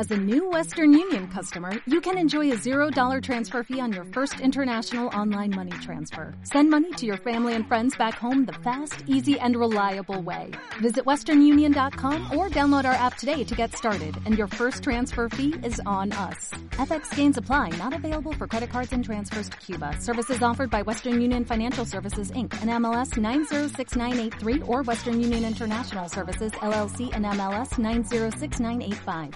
As a new Western Union customer, you can enjoy a $0 transfer fee on your first international online money transfer. Send money to your family and friends back home the fast, easy, and reliable way. Visit westernunion.com or download our app today to get started, and your first transfer fee is on us. FX gains apply, not available for credit cards and transfers to Cuba. Services offered by Western Union Financial Services, Inc., and MLS 906983, or Western Union International Services, LLC, and MLS 906985.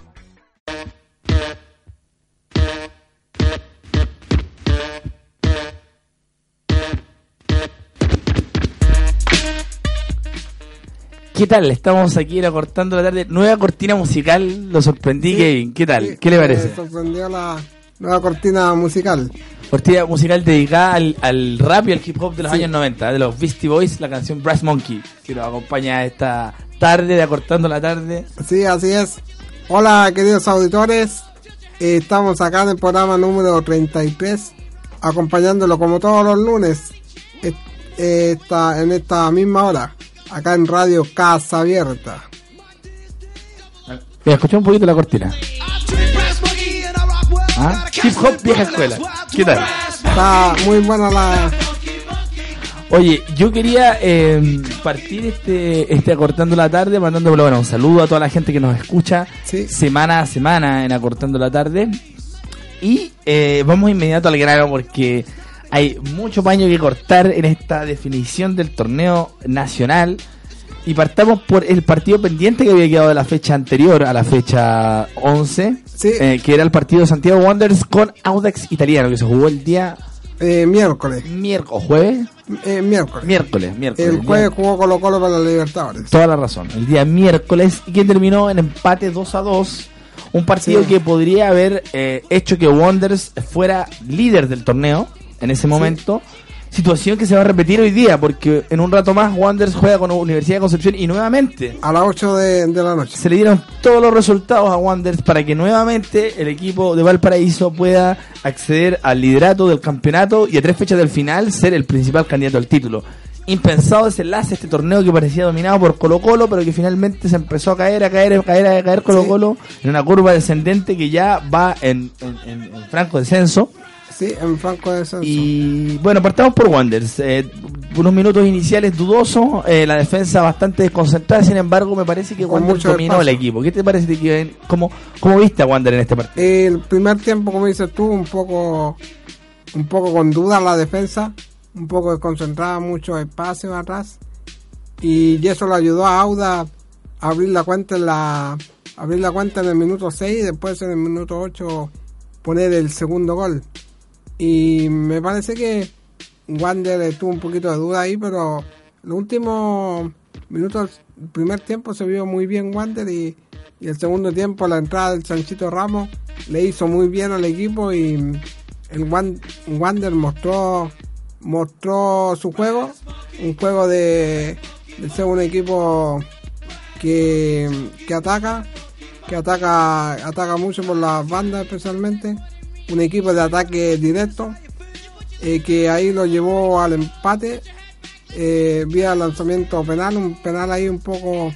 ¿Qué tal? Estamos aquí Acortando la Tarde. Nueva cortina musical. Lo sorprendí, sí, Kevin. ¿Qué tal? Sí, ¿qué le parece? Me sorprendió la nueva cortina musical. Cortina musical dedicada al rap y al hip hop de los años 90, de los Beastie Boys, la canción Brass Monkey, que nos acompaña esta tarde de Acortando la Tarde. Sí, así es. Hola, queridos auditores. Estamos acá en el programa número 33, acompañándolo como todos los lunes, en esta misma hora, acá en Radio Casa Abierta. Mira, escuché un poquito la cortina. ¿Ah? Hip hop vieja escuela. ¿Qué tal? Está muy buena la... Oye, yo quería partir este Acortando la Tarde mandándole un saludo a toda la gente que nos escucha, sí, semana a semana en Acortando la Tarde. Y vamos inmediato al grano porque hay mucho paño que cortar en esta definición del torneo nacional. Y partamos por el partido pendiente que había quedado de la fecha anterior a la fecha 11, sí, que era el partido de Santiago Wanderers con Audax Italiano, que se jugó el día... miércoles. ¿Jueves? Miércoles. El jueves jugó Colo-Colo para la Libertadores. Toda la razón. El día miércoles, y que terminó en empate 2-2. Un partido, sí, que podría haber hecho que Wanderers fuera líder del torneo en ese momento. Sí. Situación que se va a repetir hoy día, porque en un rato más Wanderers juega con Universidad de Concepción y nuevamente a las 8 de la noche se le dieron todos los resultados a Wanderers para que nuevamente el equipo de Valparaíso pueda acceder al liderato del campeonato y a 3 fechas del final ser el principal candidato al título. Impensado desenlace este torneo que parecía dominado por Colo-Colo, pero que finalmente se empezó a caer Colo-Colo, sí, en una curva descendente que ya va en franco descenso. Sí, en franco descenso. Y bueno, partamos por Wanderers. Unos minutos iniciales dudosos, la defensa bastante desconcentrada, sin embargo me parece que Wanderers dominó el equipo. ¿Qué te parece que cómo viste a Wanderers en este partido? El primer tiempo, como dices tú, un poco con duda la defensa, un poco desconcentrada, mucho espacio atrás, y eso le ayudó a Auda a abrir la cuenta en el minuto 6 y después en el minuto 8 poner el segundo gol. Y me parece que Wander tuvo un poquito de duda ahí, pero los últimos minutos del primer tiempo se vio muy bien Wander, y el segundo tiempo la entrada del Chanchito Ramos le hizo muy bien al equipo, y el Wander mostró su juego, un juego de ser un equipo que ataca mucho por las bandas, especialmente un equipo de ataque directo, que ahí lo llevó al empate vía lanzamiento penal, un penal ahí un poco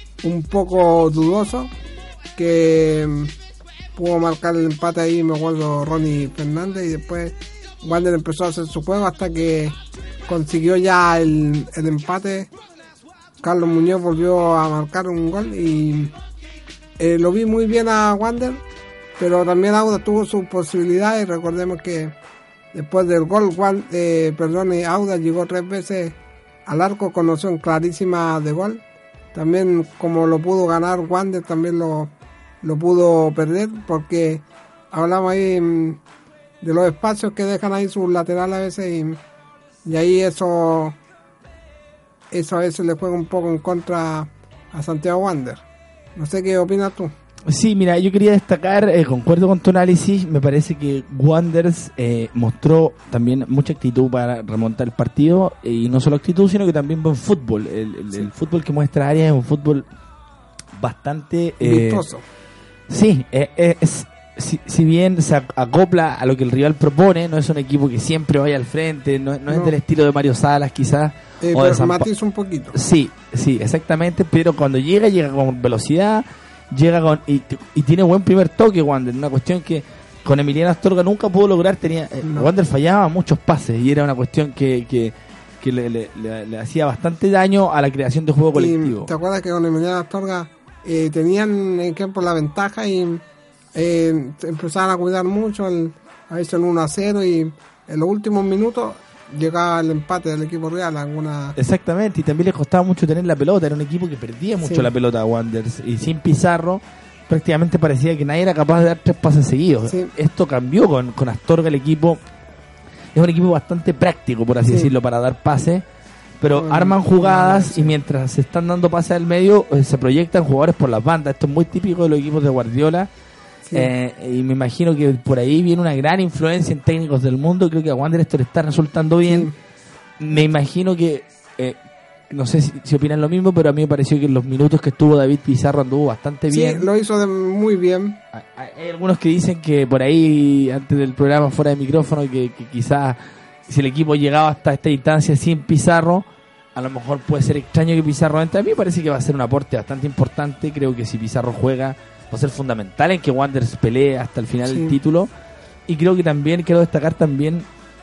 dudoso, que pudo marcar el empate ahí, me acuerdo, Ronnie Fernández, y después Wander empezó a hacer su juego hasta que consiguió ya el empate. Carlos Muñoz volvió a marcar un gol y lo vi muy bien a Wander, pero también Auda tuvo sus posibilidades. Recordemos que después del gol, Auda llegó 3 veces al arco con opción clarísima de gol. También, como lo pudo ganar Wander, también lo pudo perder, porque hablamos ahí de los espacios que dejan ahí sus laterales a veces, y ahí eso a veces le juega un poco en contra a Santiago Wander. No sé qué opinas tú. Sí, mira, yo quería destacar, concuerdo con tu análisis. Me parece que Wanderers mostró también mucha actitud para remontar el partido, y no solo actitud, sino que también buen fútbol. El fútbol que muestra Arias es un fútbol bastante vistoso. Sí, si bien se acopla a lo que el rival propone, no es un equipo que siempre vaya al frente, no es del estilo de Mario Salas quizás, o de matiza un poquito. Sí, exactamente, pero cuando llega con velocidad, llega con y tiene buen primer toque Wander, una cuestión que con Emiliano Astorga nunca pudo lograr. Wander fallaba muchos pases y era una cuestión que le hacía bastante daño a la creación de juego colectivo. ¿Te acuerdas que con Emiliano Astorga tenían en campo la ventaja y empezaban a cuidar mucho a veces en 1-0 y en los últimos minutos llegaba el empate del equipo real? Exactamente, y también les costaba mucho tener la pelota. Era un equipo que perdía mucho la pelota a Wanderers, y sin Pizarro prácticamente parecía que nadie era capaz de dar 3 pases seguidos. Esto cambió con Astorga. El equipo es un equipo bastante práctico, por así decirlo, para dar pases, pero arman jugadas y mientras se están dando pases al medio se proyectan jugadores por las bandas. Esto es muy típico de los equipos de Guardiola. Y me imagino que por ahí viene una gran influencia en técnicos del mundo. Creo que a Wander esto le está resultando bien. Me imagino que no sé si opinan lo mismo, pero a mí me pareció que en los minutos que estuvo David Pizarro anduvo bastante bien. Sí, lo hizo muy bien. Hay algunos que dicen que por ahí antes del programa fuera de micrófono que quizás si el equipo llegaba hasta esta instancia sin Pizarro, a lo mejor puede ser extraño que Pizarro entre. A mí me parece que va a ser un aporte bastante importante. Creo que si Pizarro juega va a ser fundamental en que Wanderers pelee hasta el final del título. Y creo que también quiero destacar también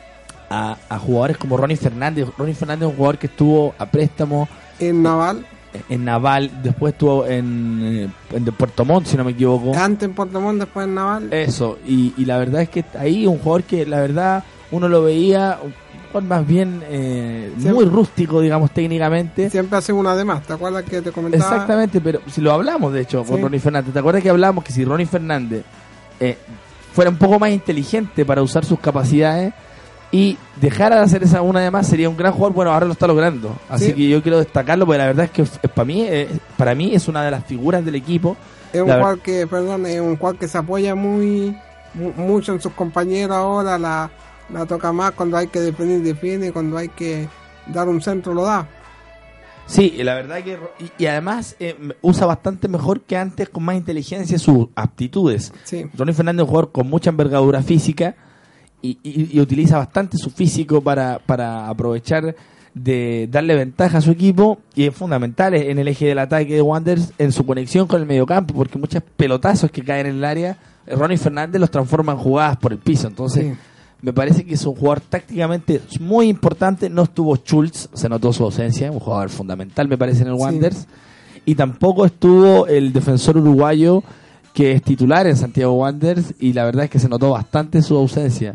a jugadores como Ronnie Fernández. Ronnie Fernández es un jugador que estuvo a préstamo en Naval. En Naval, después estuvo en Puerto Montt, si no me equivoco. Antes en Puerto Montt, después en Naval. Eso, y la verdad es que ahí un jugador que la verdad uno lo veía más bien muy rústico, digamos, técnicamente. Siempre hace una de más, ¿te acuerdas que te comentaba? Exactamente, pero si lo hablamos, de hecho, con Ronnie Fernández. ¿Te acuerdas que hablamos que si Ronnie Fernández fuera un poco más inteligente para usar sus capacidades y dejara de hacer esa una de más, sería un gran jugador? Bueno, ahora lo está logrando. Así que yo quiero destacarlo, porque la verdad es que para mí es una de las figuras del equipo. Es un jugador que se apoya mucho en sus compañeros ahora, la toca más, cuando hay que defiende, cuando hay que dar un centro lo da. Sí, la verdad que y además usa bastante mejor que antes, con más inteligencia sus aptitudes. Ronnie Fernández es un jugador con mucha envergadura física y utiliza bastante su físico para aprovechar de darle ventaja a su equipo, y es fundamental en el eje del ataque de Wanderers, en su conexión con el mediocampo, porque muchos pelotazos que caen en el área Ronnie Fernández los transforma en jugadas por el piso. Entonces me parece que es un jugador tácticamente muy importante. No estuvo Schultz, se notó su ausencia, un jugador fundamental me parece en el Wanderers, y tampoco estuvo el defensor uruguayo que es titular en Santiago Wanderers, y la verdad es que se notó bastante su ausencia.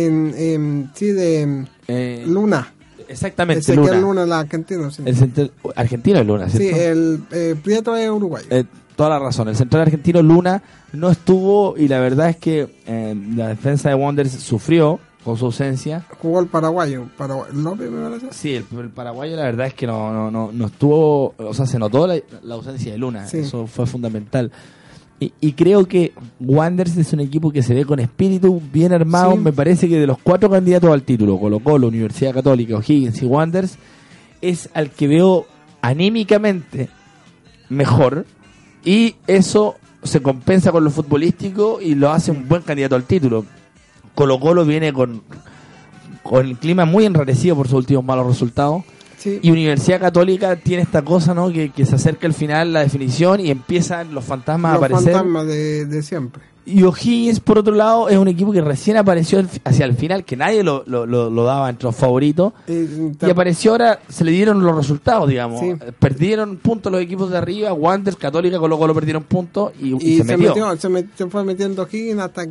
Luna. Exactamente, Luna, el argentino. El argentino es Luna, ¿cierto? Sí, el Prieto es uruguayo. Toda la razón. El central argentino Luna no estuvo, y la verdad es que la defensa de Wanderers sufrió con su ausencia. Jugó el paraguayo, López, me parece. Sí, el paraguayo, la verdad es que no estuvo, o sea, se notó la ausencia de Luna. Eso fue fundamental. Y creo que Wanderers es un equipo que se ve con espíritu, bien armado. Me parece que de los 4 candidatos al título, Colo-Colo, Universidad Católica, O'Higgins y Wanderers, es al que veo anímicamente mejor, y eso se compensa con lo futbolístico y lo hace un buen candidato al título. Colo-Colo viene con el clima muy enrarecido por sus últimos malos resultados. Y Universidad Católica tiene esta cosa, ¿no? Que se acerca al final la definición y empiezan los fantasmas a aparecer. Los fantasmas de siempre. Y O'Higgins, por otro lado, es un equipo que recién apareció hacia el final, que nadie lo daba entre los favoritos. Y apareció ahora, se le dieron los resultados, digamos. Perdieron puntos los equipos de arriba, Wanderers, Católica, Colo-Colo perdieron puntos y se metió. Se fue metiendo O'Higgins hasta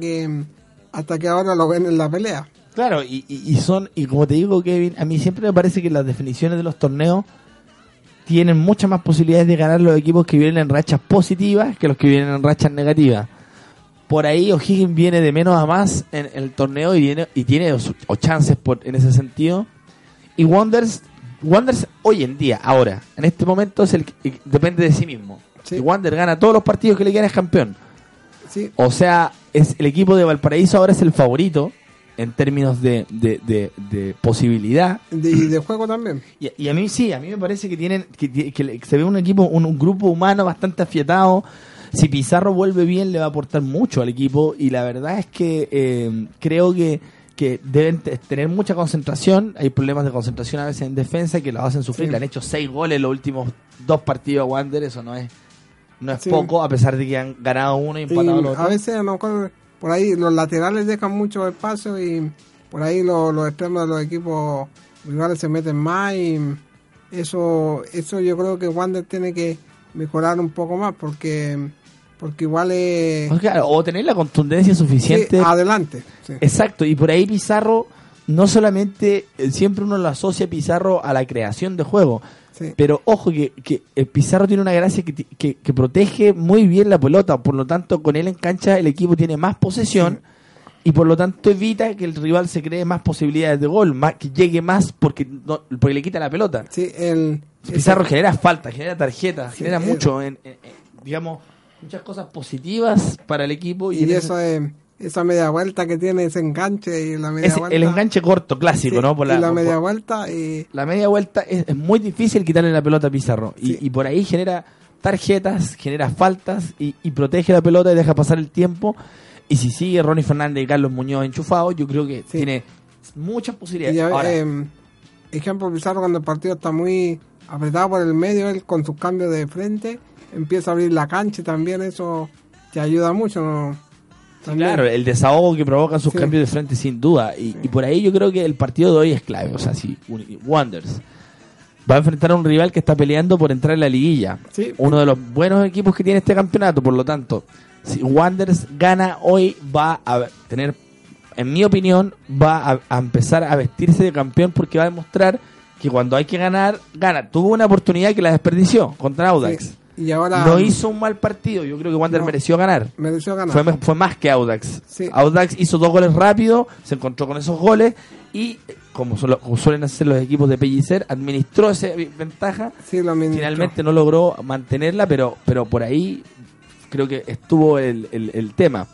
que ahora lo ven en la pelea. Claro, y como te digo, Kevin, a mí siempre me parece que las definiciones de los torneos tienen muchas más posibilidades de ganar los equipos que vienen en rachas positivas que los que vienen en rachas negativas. Por ahí O'Higgins viene de menos a más en el torneo y tiene chances en ese sentido. Y Wanderers hoy en día, ahora, en este momento, es el que depende de sí mismo. Si Wanderers gana todos los partidos que le quedan, es campeón. O sea, es el equipo de Valparaíso ahora es el favorito en términos de posibilidad y de juego también. Y a mí me parece que se ve un equipo, un grupo humano bastante afiatado. Si Pizarro vuelve bien, le va a aportar mucho al equipo, y la verdad es que creo que deben tener mucha concentración. Hay problemas de concentración a veces en defensa que los hacen sufrir. Le han hecho 6 goles en los últimos 2 partidos a Wander. Eso no no es poco, a pesar de que han ganado uno y empatado los otros. A veces a lo mejor por ahí los laterales dejan mucho espacio y por ahí los extremos de los equipos rivales se meten más y eso yo creo que Wander tiene que mejorar un poco más porque igual es... Claro, o tener la contundencia suficiente. Sí, adelante. Sí. Exacto, y por ahí Pizarro, no solamente, siempre uno lo asocia a Pizarro a la creación de juego, sí. Pero ojo que Pizarro tiene una gracia que protege muy bien la pelota, por lo tanto con él en cancha el equipo tiene más posesión, sí. Y por lo tanto evita que el rival se cree más posibilidades de gol, más que llegue más porque le quita la pelota. Sí, Pizarro genera falta, genera tarjetas, sí, genera mucho, digamos, muchas cosas positivas para el equipo. Y eso es esa media vuelta que tiene, ese enganche y la media vuelta. El enganche corto, clásico, sí, ¿no? La media vuelta. La media vuelta es muy difícil quitarle la pelota a Pizarro. Sí. Y por ahí genera tarjetas, genera faltas y protege la pelota y deja pasar el tiempo. Y si sigue Ronnie Fernández y Carlos Muñoz enchufados, yo creo que tiene muchas posibilidades. Y ahora, ejemplo, Pizarro cuando el partido está muy apretado por el medio, él con sus cambios de frente empieza a abrir la cancha y también eso te ayuda mucho, ¿no? Claro, el desahogo que provocan sus cambios de frente sin duda. Y por ahí yo creo que el partido de hoy es clave. O sea, si Wanderers va a enfrentar a un rival que está peleando por entrar en la liguilla, uno de los buenos equipos que tiene este campeonato, por lo tanto, si Wanderers gana hoy, va a tener, en mi opinión, va a empezar a vestirse de campeón porque va a demostrar que cuando hay que ganar, gana. Tuvo una oportunidad que la desperdició contra Audax. Sí. Y ahora no hizo un mal partido. Yo creo que Wander mereció ganar. Fue más que Audax. Sí. Audax hizo 2 goles rápido, se encontró con esos goles y, como suelen hacer los equipos de Pellicer, administró esa ventaja. Sí, finalmente no logró mantenerla, pero por ahí creo que estuvo el tema.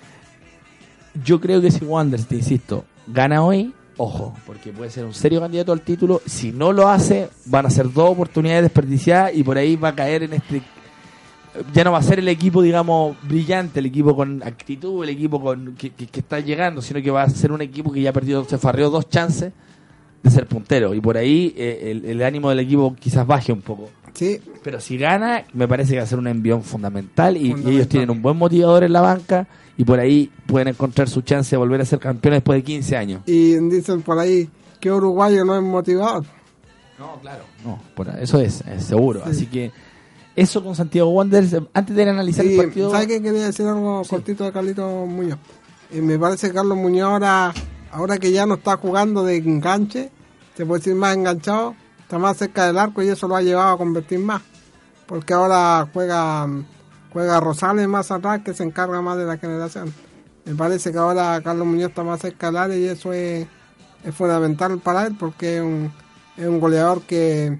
Yo creo que si Wander, te insisto, gana hoy, ojo, porque puede ser un serio candidato al título. Si no lo hace, van a ser 2 oportunidades desperdiciadas y por ahí va a caer en este... Ya no va a ser el equipo, digamos, brillante, el equipo con actitud, el equipo con que está llegando, sino que va a ser un equipo que ya se farreó 2 chances de ser puntero. Y por ahí el ánimo del equipo quizás baje un poco. Sí. Pero si gana, me parece que va a ser un envión fundamental y ellos tienen un buen motivador en la banca. Y por ahí pueden encontrar su chance de volver a ser campeones después de 15 años. Y dicen por ahí que uruguayo no es motivador. No, claro. No, eso es seguro. Sí. Así que eso con Santiago Wanderers. Antes de analizar el partido... ¿Sabes qué? Quería decir algo cortito de Carlitos Muñoz. Me parece que Carlos Muñoz ahora que ya no está jugando de enganche, se puede decir más enganchado, está más cerca del arco y eso lo ha llevado a convertir más. Porque ahora juega Rosales más atrás, que se encarga más de la generación. Me parece que ahora Carlos Muñoz está más cerca del área y eso es fundamental para él porque es un goleador que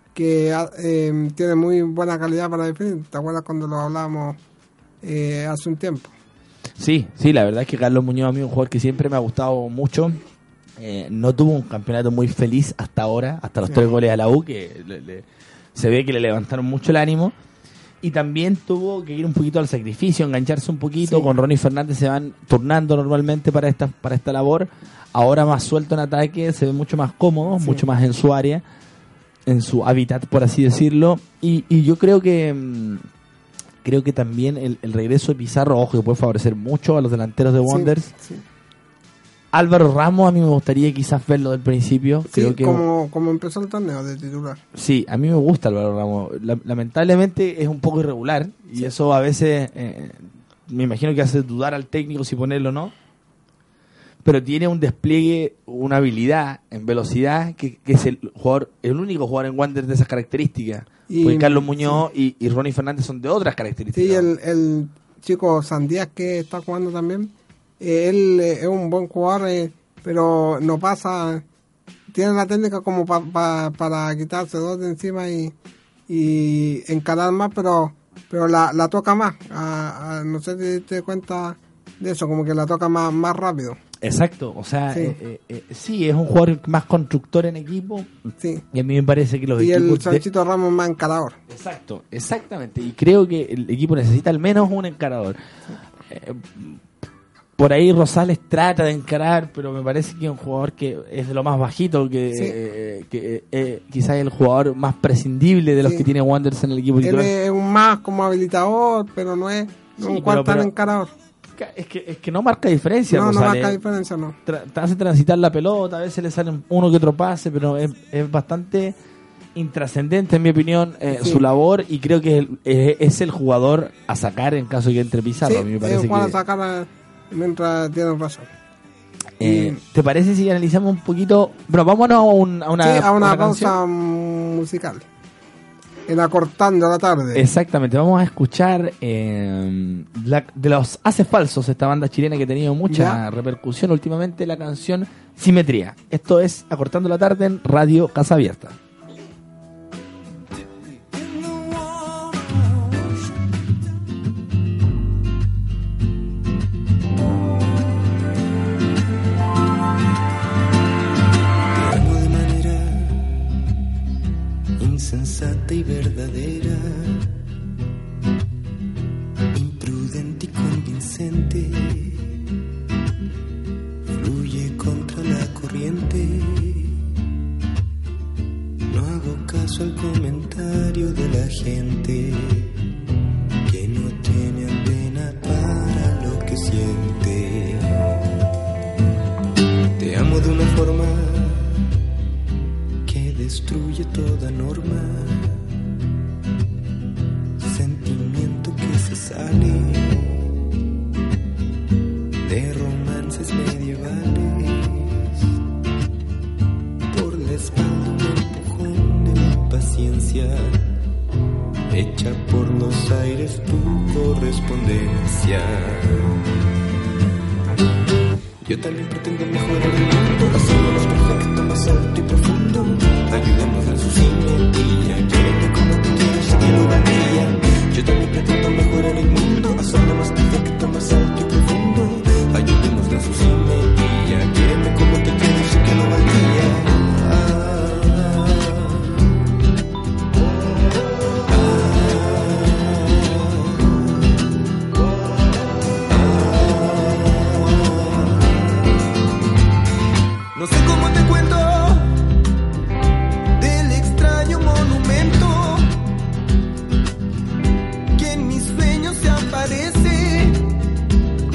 tiene muy buena calidad para definir. ¿Te acuerdas cuando lo hablábamos hace un tiempo? Sí, la verdad es que Carlos Muñoz a mí es un jugador que siempre me ha gustado mucho. No tuvo un campeonato muy feliz hasta ahora, hasta los 3 goles a la U, que se ve que le levantaron mucho el ánimo. Y también tuvo que ir un poquito al sacrificio, engancharse un poquito. Sí. Con Ronnie Fernández se van turnando normalmente para esta labor. Ahora más suelto en ataque, se ve mucho más cómodo, mucho más en su área, en su hábitat, por así decirlo. Y yo creo que también el regreso de Pizarro, ojo, que puede favorecer mucho a los delanteros de Wanderers. Sí. Álvaro Ramos, a mí me gustaría quizás verlo del principio. Sí, creo que como empezó el torneo de titular. Sí, a mí me gusta Álvaro Ramos. Lamentablemente es un poco irregular y eso a veces me imagino que hace dudar al técnico si ponerlo o no. Pero tiene un despliegue, una habilidad en velocidad que es el único jugador en Wanderers de esas características. Porque Carlos Muñoz y Ronnie Fernández son de otras características. Sí, el chico Sandías que está jugando también. Él es un buen jugador, pero no pasa, tiene la técnica como para quitarse 2 de encima y encarar más, pero la toca más. No sé si te das cuenta de eso, como que la toca más rápido. Exacto, o sea, sí, es un jugador más constructor en equipo. Sí. Y a mí me parece que los equipos... Y el Sanchito Ramos más encarador. Exacto, exactamente. Y creo que el equipo necesita al menos un encarador. por ahí Rosales trata de encarar, pero me parece que es un jugador que es de lo más bajito, que quizás es el jugador más prescindible de los que tiene Wanderers en el equipo titular. Él es un más como habilitador, pero no es un cuarto encarador. Es que no marca diferencia. No marca diferencia, no. Hace transitar la pelota, a veces le salen uno que otro pase, pero es bastante intrascendente, en mi opinión, su labor, y creo que es el jugador a sacar en caso de que entre Pizarro. A mí me parece es a sacar mientras tienen razón. ¿Te parece si analizamos un poquito? Bueno, vámonos a una pausa musical. En Acortando la Tarde. Exactamente, vamos a escuchar de los Haces Falsos, esta banda chilena que ha tenido mucha repercusión últimamente, la canción Simetría. Esto es Acortando la Tarde en Radio Casa Abierta. Insensata y verdadera, imprudente y convincente, fluye contra la corriente. No hago caso al comentario de la gente que no tiene pena para lo que siente. Te amo de una forma destruye toda norma, sentimiento que se sale de romances medievales, por la espalda un empujón de mi paciencia, hecha por los aires tu correspondencia. Yo también pretendo mejorar el mundo, haciéndonos perfecto, más alto y profundo. Ayudemos a su simetría, quiéreme como te quiero, sé que lo valía. Yo también pretendo mejorar el mundo, haciéndonos perfecto, más alto y profundo. Ayudemos a su simetría, quiéreme como te quiero, sé que lo valía. No sé cómo te cuento del extraño monumento que en mis sueños se aparece,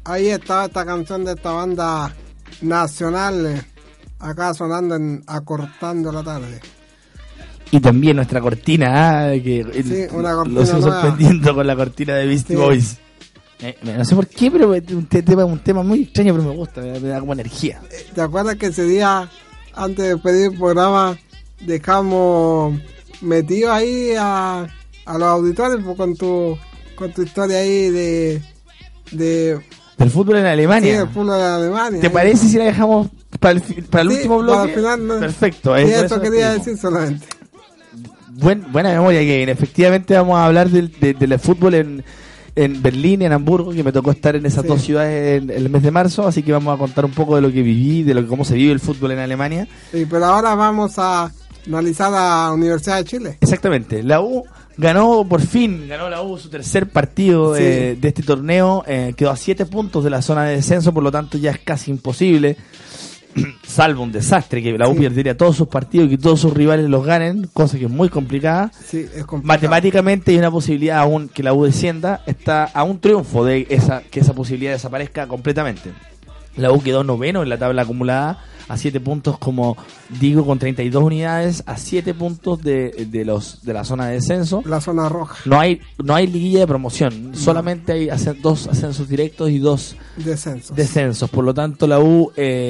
ahí estaba esta canción de esta banda nacional, acá sonando en Acortando la Tarde. Y también nuestra cortina, una cortina lo estoy nueva. sorprendiendo con la cortina de Beastie Boys. No sé por qué, pero es un tema muy extraño, pero me gusta, me da como energía. ¿Te acuerdas que ese día, antes de pedir el programa, dejamos metido ahí a los auditores pues, con tu historia ahí del fútbol en Alemania? Sí, del fútbol en Alemania. ¿Te parece si la dejamos para el último bloque? Para el final, no. Perfecto. Sí, eso quería decir solamente. Buena memoria, Kevin. Efectivamente vamos a hablar del fútbol en Berlín y en Hamburgo, que me tocó estar en esas dos ciudades en el mes de marzo, así que vamos a contar un poco de lo que viví, cómo se vive el fútbol en Alemania. Sí, pero ahora vamos a analizar a Universidad de Chile. Exactamente. La U ganó la U su tercer partido de este torneo, quedó a 7 puntos de la zona de descenso, por lo tanto ya es casi imposible, salvo un desastre, que la U perdería todos sus partidos y que todos sus rivales los ganen, cosa que es muy complicada. Sí, es complicado. Matemáticamente hay una posibilidad aún que la U descienda, está a un triunfo de que esa posibilidad desaparezca completamente. La U quedó noveno en la tabla acumulada, a 7 puntos, como digo, con 32 unidades, a 7 puntos de la zona de descenso. La zona roja. No hay liguilla de promoción, solamente hay 2 ascensos directos y 2 descensos. Por lo tanto, la U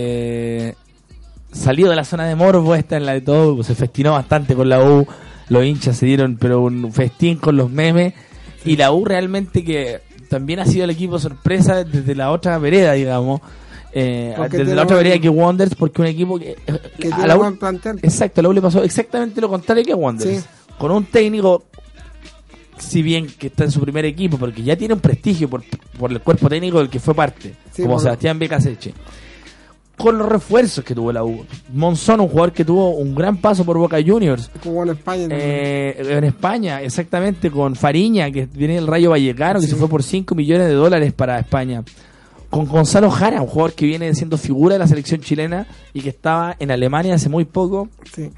salió de la zona de morbo, esta en la de todo, se festinó bastante con la U, los hinchas se dieron pero un festín con los memes, y la U realmente que también ha sido el equipo sorpresa desde la otra vereda, digamos. Desde la otra vereda que Wanderers, porque un equipo que tiene buen plantel. Exacto, a la U le pasó exactamente lo contrario que a Wanderers, con un técnico, si bien que está en su primer equipo, porque ya tiene un prestigio por el cuerpo técnico del que fue parte, como Sebastián Becaseche, con los refuerzos que tuvo la U. Monzón, un jugador que tuvo un gran paso por Boca Juniors, jugó en España en España, exactamente, con Fariña, que viene del Rayo Vallecano, que se fue por $5 millones para España, con Gonzalo Jara, un jugador que viene siendo figura de la selección chilena y que estaba en Alemania hace muy poco.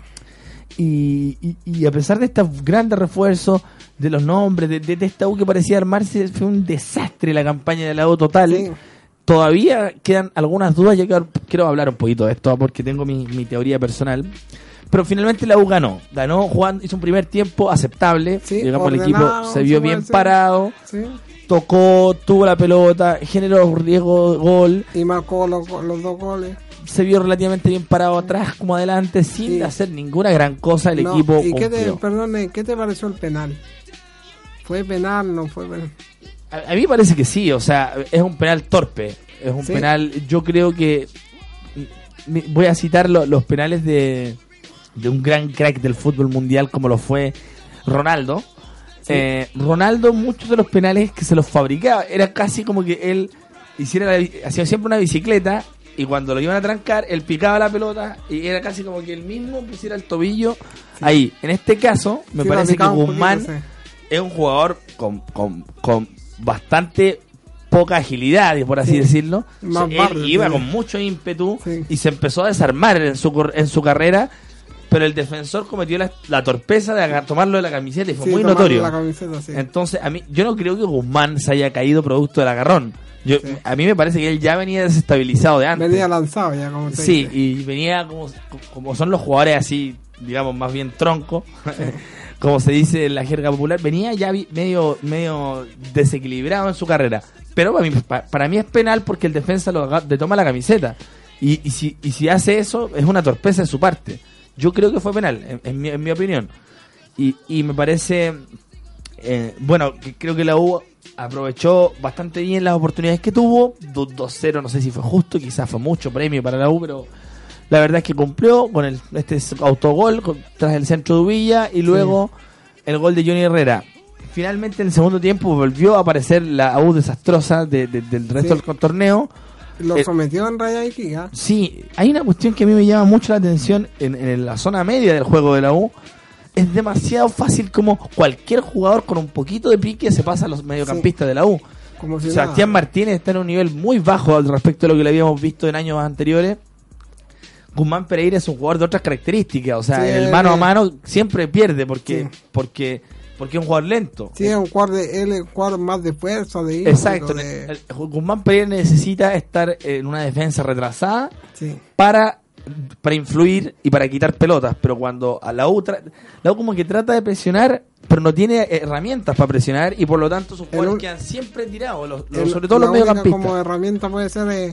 Y a pesar de estos grandes refuerzos, de los nombres, de esta U que parecía armarse, fue un desastre la campaña de la U total. Todavía quedan algunas dudas, yo quiero hablar un poquito de esto porque tengo mi teoría personal. Pero finalmente la U ganó jugando, hizo un primer tiempo aceptable, digamos, el equipo se vio bien parado. Tocó, tuvo la pelota, generó riesgo de gol. Y marcó los 2 goles. Se vio relativamente bien parado atrás como adelante, sin hacer ninguna gran cosa el equipo. ¿Y qué te pareció el penal? ¿Fue penal? ¿No fue penal? A mí me parece que sí, o sea, es un penal torpe. Es un penal, yo creo que... Voy a citar los penales de un gran crack del fútbol mundial como lo fue Ronaldo. Ronaldo, muchos de los penales que se los fabricaba, era casi como que él hacía siempre una bicicleta y cuando lo iban a trancar, él picaba la pelota y era casi como que él mismo pusiera el tobillo ahí. En este caso, me parece que Guzmán es un jugador con bastante poca agilidad, por así decirlo. Él iba con mucho ímpetu y se empezó a desarmar en su carrera. Pero el defensor cometió la torpeza de tomarlo de la camiseta y fue muy notorio. Entonces, yo no creo que Guzmán se haya caído producto del agarrón. A mí me parece que él ya venía desestabilizado de antes. Venía lanzado ya, como se dice. Y venía como son los jugadores así, digamos, más bien tronco, como se dice en la jerga popular. Venía ya medio desequilibrado en su carrera. Pero para mí es penal porque el defensa le toma la camiseta. Y si hace eso, es una torpeza de su parte. Yo creo que fue penal, en mi opinión. Y me parece, que creo que la U aprovechó bastante bien las oportunidades que tuvo. 2-0, no sé si fue justo, quizás fue mucho premio para la U, pero la verdad es que cumplió con este autogol tras el centro de Uvilla y luego el gol de Johnny Herrera. Finalmente, en el segundo tiempo, volvió a aparecer la U desastrosa del resto del torneo. Lo sometió en Raya Iquiga. Sí, hay una cuestión que a mí me llama mucho la atención en la zona media del juego de la U. Es demasiado fácil como cualquier jugador con un poquito de pique se pasa a los mediocampistas de la U. Como si Sebastián Martínez está en un nivel muy bajo al respecto de lo que le habíamos visto en años anteriores. Guzmán Pereira es un jugador de otras características, o sea, en el mano a mano siempre pierde porque porque es un jugador lento. Sí, es un jugador más de fuerza, de ímpetu, Exacto. Guzmán Pereira necesita estar en una defensa retrasada para influir y para quitar pelotas, pero cuando a la U como que trata de presionar, pero no tiene herramientas para presionar y por lo tanto sus jugadores quedan siempre tirados, sobre todo los mediocampistas. Como herramienta puede ser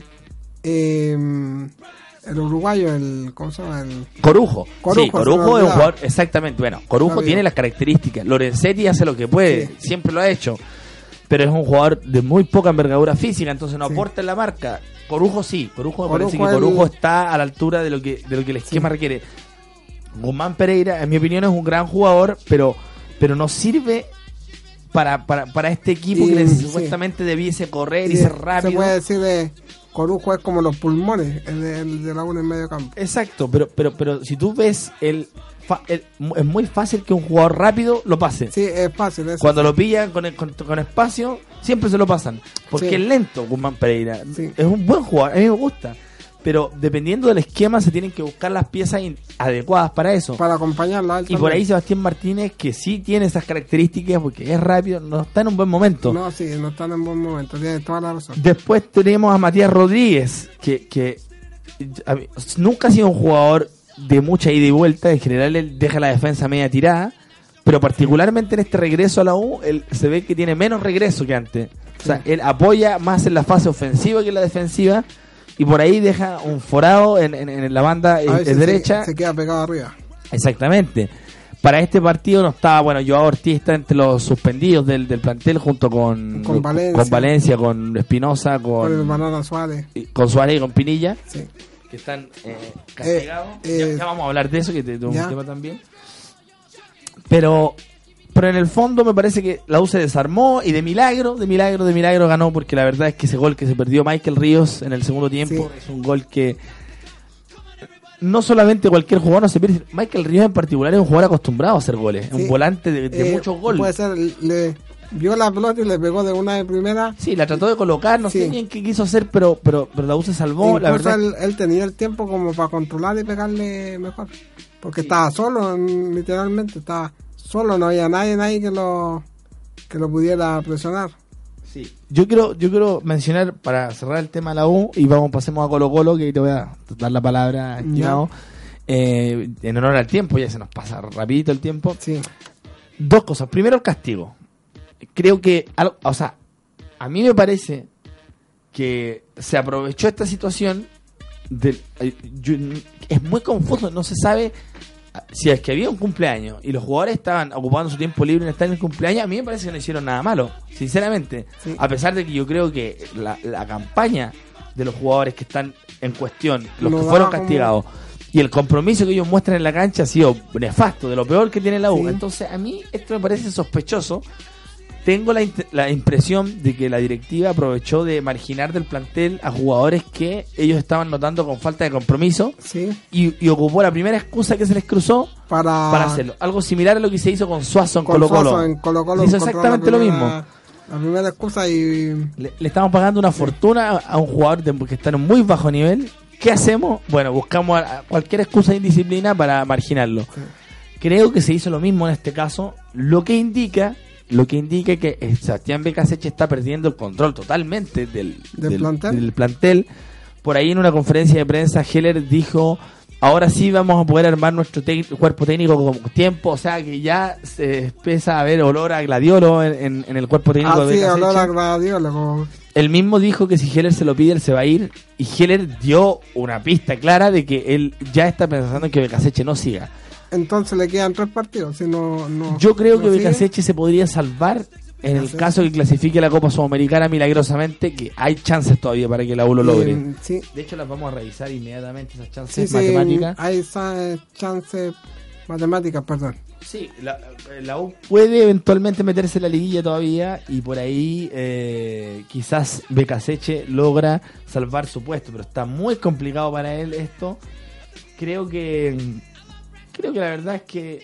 el uruguayo, ¿cómo se llama? Corujo. Sí, Corujo es un jugador, exactamente. Bueno, Corujo tiene las características. Lorenzetti hace lo que puede, siempre lo ha hecho. Pero es un jugador de muy poca envergadura física, entonces no aporta en la marca. Corujo sí, me parece que Corujo está a la altura de lo que el esquema requiere. Guzmán Pereira, en mi opinión, es un gran jugador, pero no sirve para este equipo que supuestamente debiese correr y ser rápido. Se puede decir Corujo es como los pulmones, el de la U en el medio campo. Exacto, pero si tú ves es muy fácil que un jugador rápido lo pase. Sí, es fácil. Cuando lo pillan con espacio, siempre se lo pasan. Porque es lento Guzmán Pereira. Sí. Es un buen jugador, a mí me gusta. Pero dependiendo del esquema se tienen que buscar las piezas adecuadas para eso. Para acompañarla. Y por ahí Sebastián Martínez, que sí tiene esas características porque es rápido, no está en un buen momento. No está en un buen momento, tiene toda la razón. Después tenemos a Matías Rodríguez, que nunca ha sido un jugador de mucha ida y vuelta. En general él deja la defensa media tirada, pero particularmente en este regreso a la U él se ve que tiene menos regreso que antes. O sea, él apoya más en la fase ofensiva que en la defensiva y por ahí deja un forado en la banda derecha. Se queda pegado arriba. Exactamente. Para este partido no estaba, Joao Ortiz está entre los suspendidos del plantel junto con Valencia, con Espinosa, con el Banana Suárez. Con Suárez y con Pinilla. Sí. Que están castigados. Ya vamos a hablar de eso, que tengo un tema también. Pero en el fondo me parece que la U se desarmó y de milagro ganó, porque la verdad es que ese gol que se perdió Michael Ríos en el segundo tiempo es un gol que no solamente cualquier jugador no se pierde. Michael Ríos en particular es un jugador acostumbrado a hacer goles, un volante de muchos goles. Puede ser, vio la pelota y le pegó de una de primera. Sí, la trató de colocar, no sé bien qué quiso hacer, pero la U se salvó. Incluso la verdad. Él tenía el tiempo como para controlar y pegarle mejor, porque estaba solo, literalmente estaba solo, no había nadie ahí que lo pudiera presionar. Sí. Yo quiero mencionar, para cerrar el tema de la U, y pasemos a Colo Colo, que te voy a dar la palabra, estimado, en honor al tiempo, ya se nos pasa rapidito el tiempo. Sí. Dos cosas. Primero, el castigo. Creo que, a mí me parece que se aprovechó esta situación es muy confuso, no se sabe si es que había un cumpleaños y los jugadores estaban ocupando su tiempo libre en estar en el cumpleaños. A mí me parece que no hicieron nada malo, sinceramente, a pesar de que yo creo que la campaña de los jugadores que están en cuestión, los que fueron castigados, y el compromiso que ellos muestran en la cancha ha sido nefasto, de lo peor que tiene la U. Entonces a mí esto me parece sospechoso. Tengo la impresión de que la directiva aprovechó de marginar del plantel a jugadores que ellos estaban notando con falta de compromiso y ocupó la primera excusa que se les cruzó para hacerlo. Algo similar a lo que se hizo con Suazo en Colo-Colo. Se hizo exactamente lo mismo. La primera excusa y... Le estamos pagando una fortuna a un jugador que está en un muy bajo nivel. ¿Qué hacemos? Bueno, buscamos cualquier excusa de indisciplina para marginarlo. Sí. Creo que se hizo lo mismo en este caso, lo que indica que Sebastián Becasecche está perdiendo el control totalmente del plantel. Por ahí en una conferencia de prensa Heller dijo: ahora sí vamos a poder armar nuestro cuerpo técnico con tiempo, o sea que ya se empieza a ver olor a gladiolo en el cuerpo técnico de Becasecche. Olor a gladiolo. Él mismo dijo que si Heller se lo pide, él se va a ir, y Heller dio una pista clara de que él ya está pensando en que Becasecche no siga. Entonces le quedan 3 partidos. Si no, yo creo que Becasecche se podría salvar en el caso que clasifique la Copa Sudamericana milagrosamente, que hay chances todavía para que la U lo logre. Sí. De hecho, las vamos a revisar inmediatamente, esas chances matemáticas. Hay esas chances matemáticas, perdón. Sí, la U puede eventualmente meterse en la liguilla todavía, y por ahí quizás Becasecche logra salvar su puesto, pero está muy complicado para él esto. Creo que la verdad es que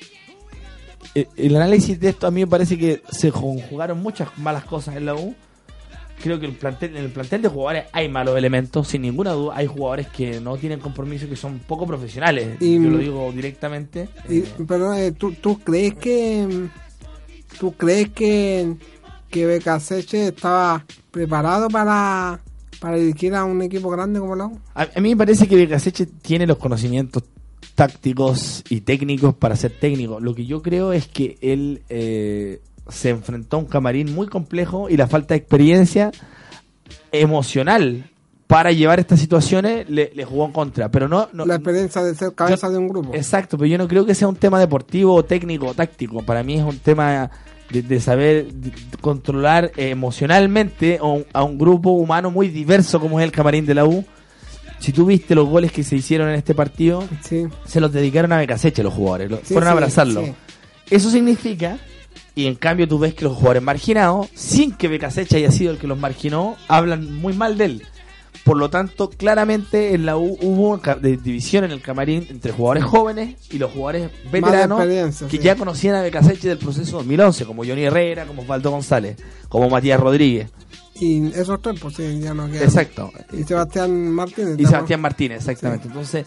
el análisis de esto, a mí me parece que se conjugaron muchas malas cosas en la U. Creo que en el plantel de jugadores hay malos elementos, sin ninguna duda. Hay jugadores que no tienen compromiso, que son poco profesionales, yo lo digo directamente. Pero ¿tú crees que ¿tú crees que Becasese estaba preparado para dirigir a un equipo grande como la U? A mí me parece que Becasese tiene los conocimientos tácticos y técnicos para ser técnico. Lo que yo creo es que él se enfrentó a un camarín muy complejo y la falta de experiencia emocional para llevar estas situaciones le jugó en contra, pero no la experiencia de ser cabeza de un grupo. Exacto, pero yo no creo que sea un tema deportivo, técnico o táctico. Para mí es un tema de saber controlar emocionalmente a un grupo humano muy diverso como es el camarín de la U. Si tú viste los goles que se hicieron en este partido, sí, se los dedicaron a Becasese los jugadores, fueron a abrazarlo. Sí. Eso significa, y en cambio tú ves que los jugadores marginados, sin que Becasese haya sido el que los marginó, hablan muy mal de él. Por lo tanto, claramente en la U hubo división en el camarín entre jugadores jóvenes y los jugadores veteranos que ya conocían a Becasese del proceso 2011, como Johnny Herrera, como Osvaldo González, como Matías Rodríguez. Y esos tres, pues sí, ya no quedan. Exacto. Y Sebastián Martínez. Sebastián Martínez, exactamente. Sí. Entonces,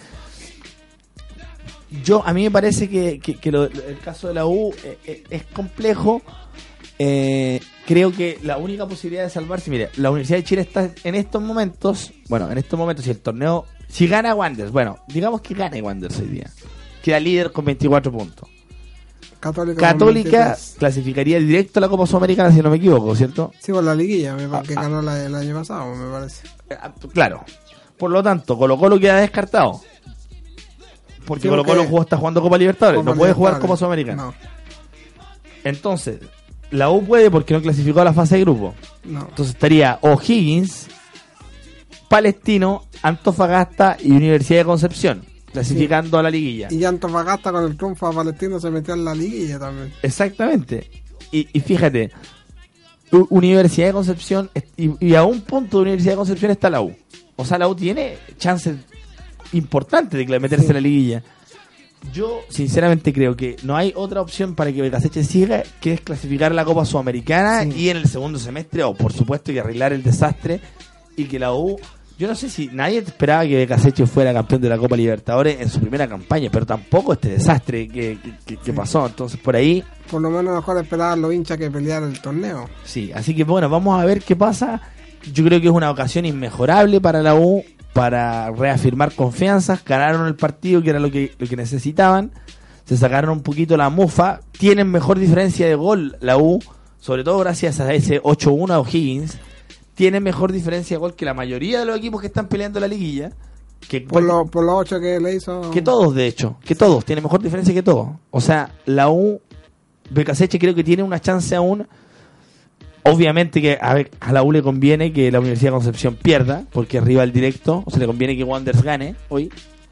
a mí me parece que el caso de la U es complejo. Creo que la única posibilidad de salvarse, mire, la Universidad de Chile está en estos momentos, si el torneo, si gana Wanderers, digamos que gane Wanderers hoy día, queda líder con 24 puntos. Católica clasificaría directo a la Copa Sudamericana, si no me equivoco, ¿cierto? Sí, por la liguilla, que ganó el año pasado, me parece. Claro. Por lo tanto, Colo-Colo queda descartado. Porque Colo-Colo está jugando Copa Libertadores, no puede jugar Copa Sudamericana. No. Entonces, la U puede porque no clasificó a la fase de grupo. No. Entonces estaría O'Higgins, Palestino, Antofagasta y Universidad de Concepción clasificando a la liguilla. Y Antofagasta con el triunfo a Palestino se metió en la liguilla también. Exactamente. Y fíjate, Universidad de Concepción y a un punto de Universidad de Concepción está la U. O sea, la U tiene chances importantes de meterse en la liguilla. Yo sinceramente creo que no hay otra opción para que Becasese siga que es clasificar a la Copa Sudamericana y en el segundo semestre, o por supuesto que arreglar el desastre y que la U, yo no sé si nadie esperaba que Becasese fuera campeón de la Copa Libertadores en su primera campaña, pero tampoco este desastre que pasó, entonces por ahí por lo menos mejor esperaban los hinchas que pelearan el torneo. Sí, así que bueno, vamos a ver qué pasa. Yo creo que es una ocasión inmejorable para la U para reafirmar confianzas. Ganaron el partido, que era lo que necesitaban. Se sacaron un poquito la mufa. Tienen mejor diferencia de gol la U, sobre todo gracias a ese 8-1 a O'Higgins. Tienen mejor diferencia de gol que la mayoría de los equipos que están peleando la liguilla. Por los 8 que le hizo. Que todos, de hecho. Que todos. Tienen mejor diferencia que todos. O sea, la U, Becasese creo que tiene una chance aún. Obviamente que a la U le conviene que la Universidad de Concepción pierda, porque es rival directo. O sea, le conviene que Wanderers gane hoy.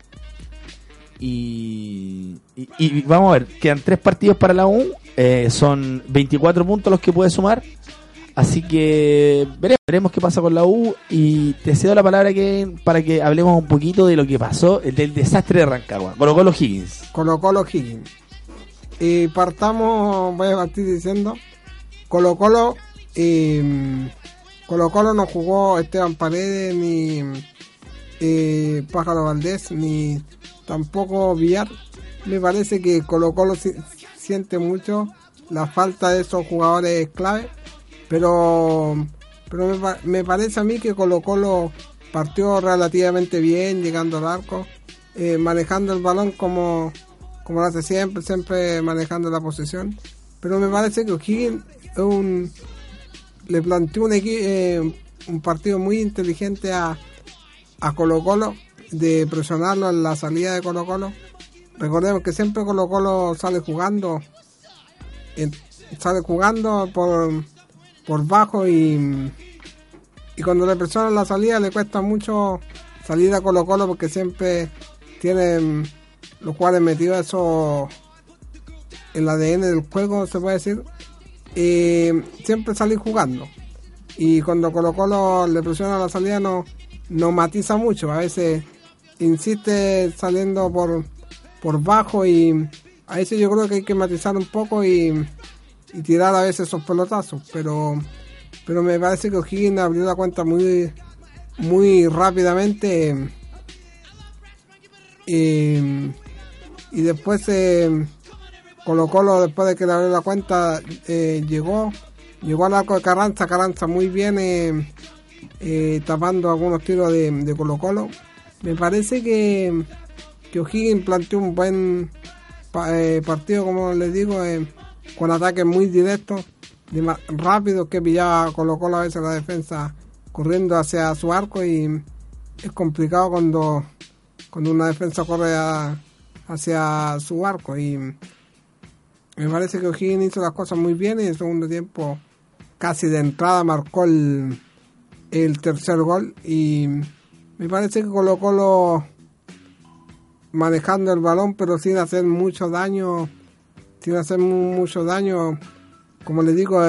Y vamos a ver, quedan 3 partidos para la U. Son 24 puntos los que puede sumar. Así que veremos qué pasa con la U. Y te cedo la palabra para que hablemos un poquito de lo que pasó, del desastre de Rancagua. Colo-Colo Higgins. Colo-Colo Higgins. Y voy a partir diciendo, Colo-Colo no jugó Esteban Paredes, ni Pájaro Valdés, ni tampoco Villar. Me parece que Colo-Colo siente mucho la falta de esos jugadores clave, pero me parece a mí que Colo-Colo partió relativamente bien, llegando al arco, manejando el balón como lo hace siempre manejando la posesión. Pero me parece que O'Higgins le planteó un partido muy inteligente a Colo-Colo, de presionarlo en la salida de Colo-Colo. Recordemos que siempre Colo-Colo sale jugando por bajo, y cuando le presionan la salida le cuesta mucho salir a Colo-Colo, porque siempre tienen los jugadores metidos eso en el ADN del juego, se puede decir. Siempre salir jugando, y cuando Colo-Colo le presiona la salida no matiza mucho, a veces insiste saliendo por bajo, y a veces yo creo que hay que matizar un poco y tirar a veces esos pelotazos, pero me parece que O'Higgins abrió la cuenta muy muy rápidamente, y después Colo-Colo, después de que le abrió la cuenta, llegó al arco de Carranza muy bien, tapando algunos tiros de Colo-Colo. Me parece que O'Higgins planteó un buen partido, como les digo, con ataques muy directos, rápidos, que pillaba Colo-Colo a veces la defensa corriendo hacia su arco, y es complicado cuando una defensa corre hacia su arco. Y me parece que O'Higgins hizo las cosas muy bien, y en el segundo tiempo casi de entrada marcó el tercer gol, y me parece que Colo-Colo manejando el balón pero sin hacer mucho daño, como les digo,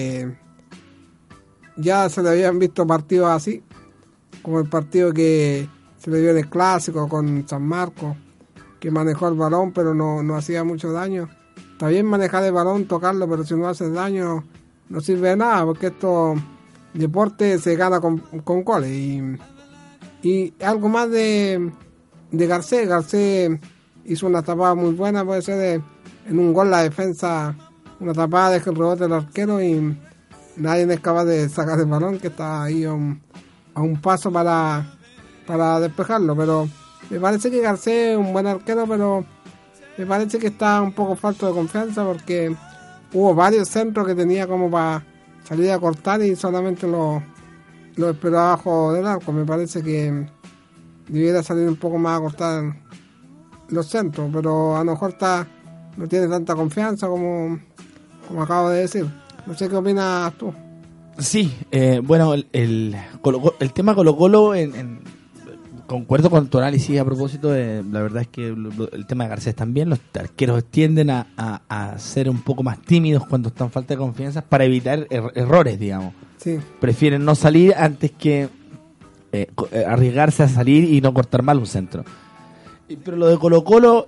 ya se le habían visto partidos así, como el partido que se le vio en el Clásico con San Marcos, que manejó el balón pero no hacía mucho daño. Está bien manejar el balón, tocarlo, pero si no hace daño no sirve de nada, porque estos deportes se gana con goles. Y algo más de Garcés. Garcés hizo una tapada muy buena, puede ser en un gol la defensa, una tapada, deja el rebote del arquero y nadie es capaz de sacar el balón, que está ahí a un paso para despejarlo. Pero me parece que Garcés es un buen arquero, pero me parece que está un poco falto de confianza, porque hubo varios centros que tenía como para salir a cortar y solamente lo esperó abajo del arco. Me parece que debiera salir un poco más a cortar los centros, pero a lo mejor no tiene tanta confianza como acabo de decir. No sé qué opinas tú. Sí, bueno, el tema Colo-Colo, concuerdo con tu análisis a propósito de, la verdad es que el tema de Garcés también, los arqueros tienden a ser un poco más tímidos cuando están en falta de confianza para evitar errores, digamos. Sí. Prefieren no salir antes que arriesgarse a salir y no cortar mal un centro. Pero lo de Colo-Colo,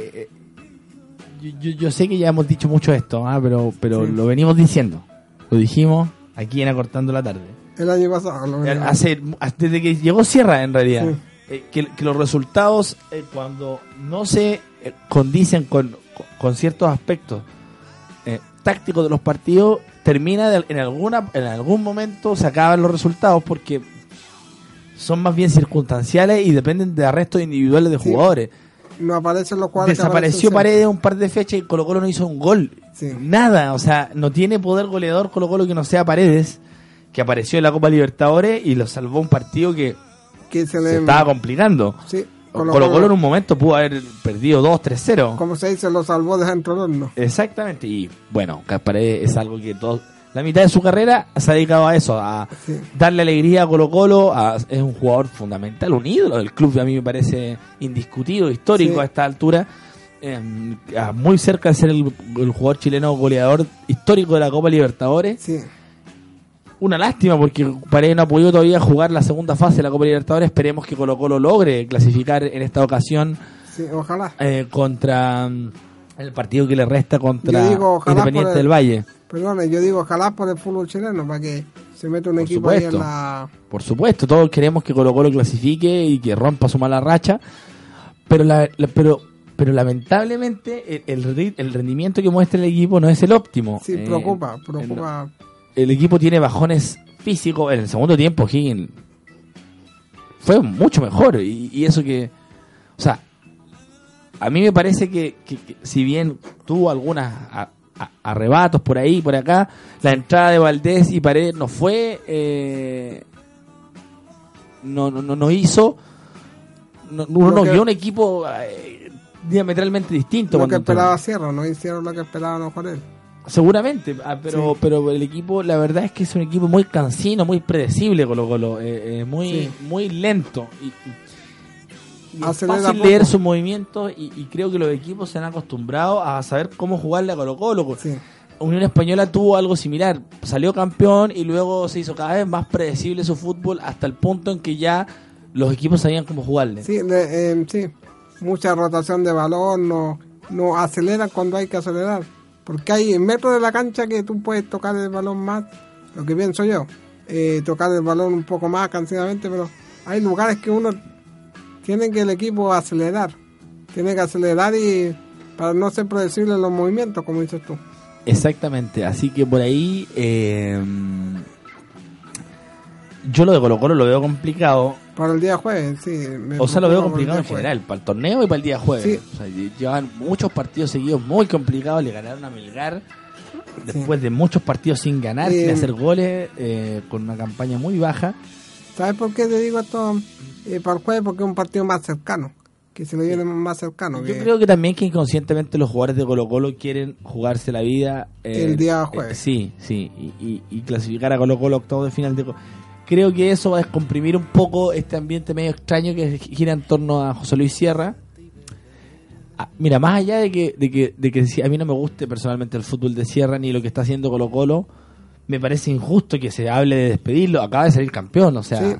yo sé que ya hemos dicho mucho esto, pero sí, lo venimos diciendo. Lo dijimos aquí en Acortando la Tarde. El año pasado. Desde que llegó Sierra, en realidad. Sí. Que los resultados, cuando no se condicen con ciertos aspectos tácticos de los partidos, termina en algún momento se acaban los resultados, porque son más bien circunstanciales y dependen de arrestos individuales de jugadores. No aparecen los cuadros. Desapareció Paredes un par de fechas y Colo-Colo no hizo un gol. Sí. Nada, o sea, no tiene poder goleador Colo-Colo que no sea Paredes, que apareció en la Copa Libertadores y lo salvó un partido que se estaba complicando. Sí. Colo-Colo en un momento pudo haber perdido 2-3-0. Como se dice, lo salvó de dentro del horno. Exactamente, y bueno, Paredes es algo que la mitad de su carrera se ha dedicado a eso, a darle alegría a Colo-Colo. Es un jugador fundamental, un ídolo del club, a mí me parece indiscutido, histórico a esta altura, muy cerca de ser el jugador chileno goleador histórico de la Copa Libertadores. Sí. Una lástima, porque Paredes no ha podido todavía jugar la segunda fase de la Copa Libertadores. Esperemos que Colo-Colo logre clasificar en esta ocasión. Sí, ojalá. Contra el partido que le resta contra Independiente del Valle. Perdón, yo digo ojalá por el fútbol chileno, para que se meta un equipo ahí en la... Por supuesto, todos queremos que Colo-Colo clasifique y que rompa su mala racha, pero lamentablemente el rendimiento que muestra el equipo no es el óptimo. Sí, preocupa. El equipo tiene bajones físicos. En el segundo tiempo Higgins fue mucho mejor, y eso que, o sea, a mí me parece que si bien tuvo algunas arrebatos por ahí y por acá, la entrada de Valdés y Paredes no fue no hizo, uno vio un equipo diametralmente distinto. Lo que esperaba Sierra, no hicieron lo que esperaban con él. Seguramente, pero el equipo, la verdad es que es un equipo muy cansino, muy predecible, Colo-Colo, muy lento, y es fácil leer sus movimientos, y creo que los equipos se han acostumbrado a saber cómo jugarle a Colo-Colo. Sí. Unión Española tuvo algo similar, salió campeón y luego se hizo cada vez más predecible su fútbol, hasta el punto en que ya los equipos sabían cómo jugarle. Sí, mucha rotación de balón, no aceleran cuando hay que acelerar. Porque hay metros de la cancha que tú puedes tocar el balón más, lo que pienso yo, tocar el balón un poco más cansadamente, pero hay lugares que uno tiene que el equipo tiene que acelerar y para no ser predecible los movimientos, como dices tú. Exactamente, así que por ahí yo lo de Colo-Colo lo veo complicado. Para el día jueves, sí. O sea, lo veo complicado en general, para el torneo y para el día jueves. Sí. O sea, llevan muchos partidos seguidos muy complicados, le ganaron a Melgar después de muchos partidos sin ganar, sin hacer goles, con una campaña muy baja. ¿Sabes por qué te digo esto para el jueves? Porque es un partido más cercano, que se lo viene más cercano. Yo creo que también que inconscientemente los jugadores de Colo-Colo quieren jugarse la vida el día jueves. Sí, y clasificar a Colo-Colo octavos de final de... Creo que eso va a descomprimir un poco este ambiente medio extraño que gira en torno a José Luis Sierra. Mira, más allá de que a mí no me guste personalmente el fútbol de Sierra ni lo que está haciendo Colo-Colo, me parece injusto que se hable de despedirlo. Acaba de salir campeón, o sea... Sí.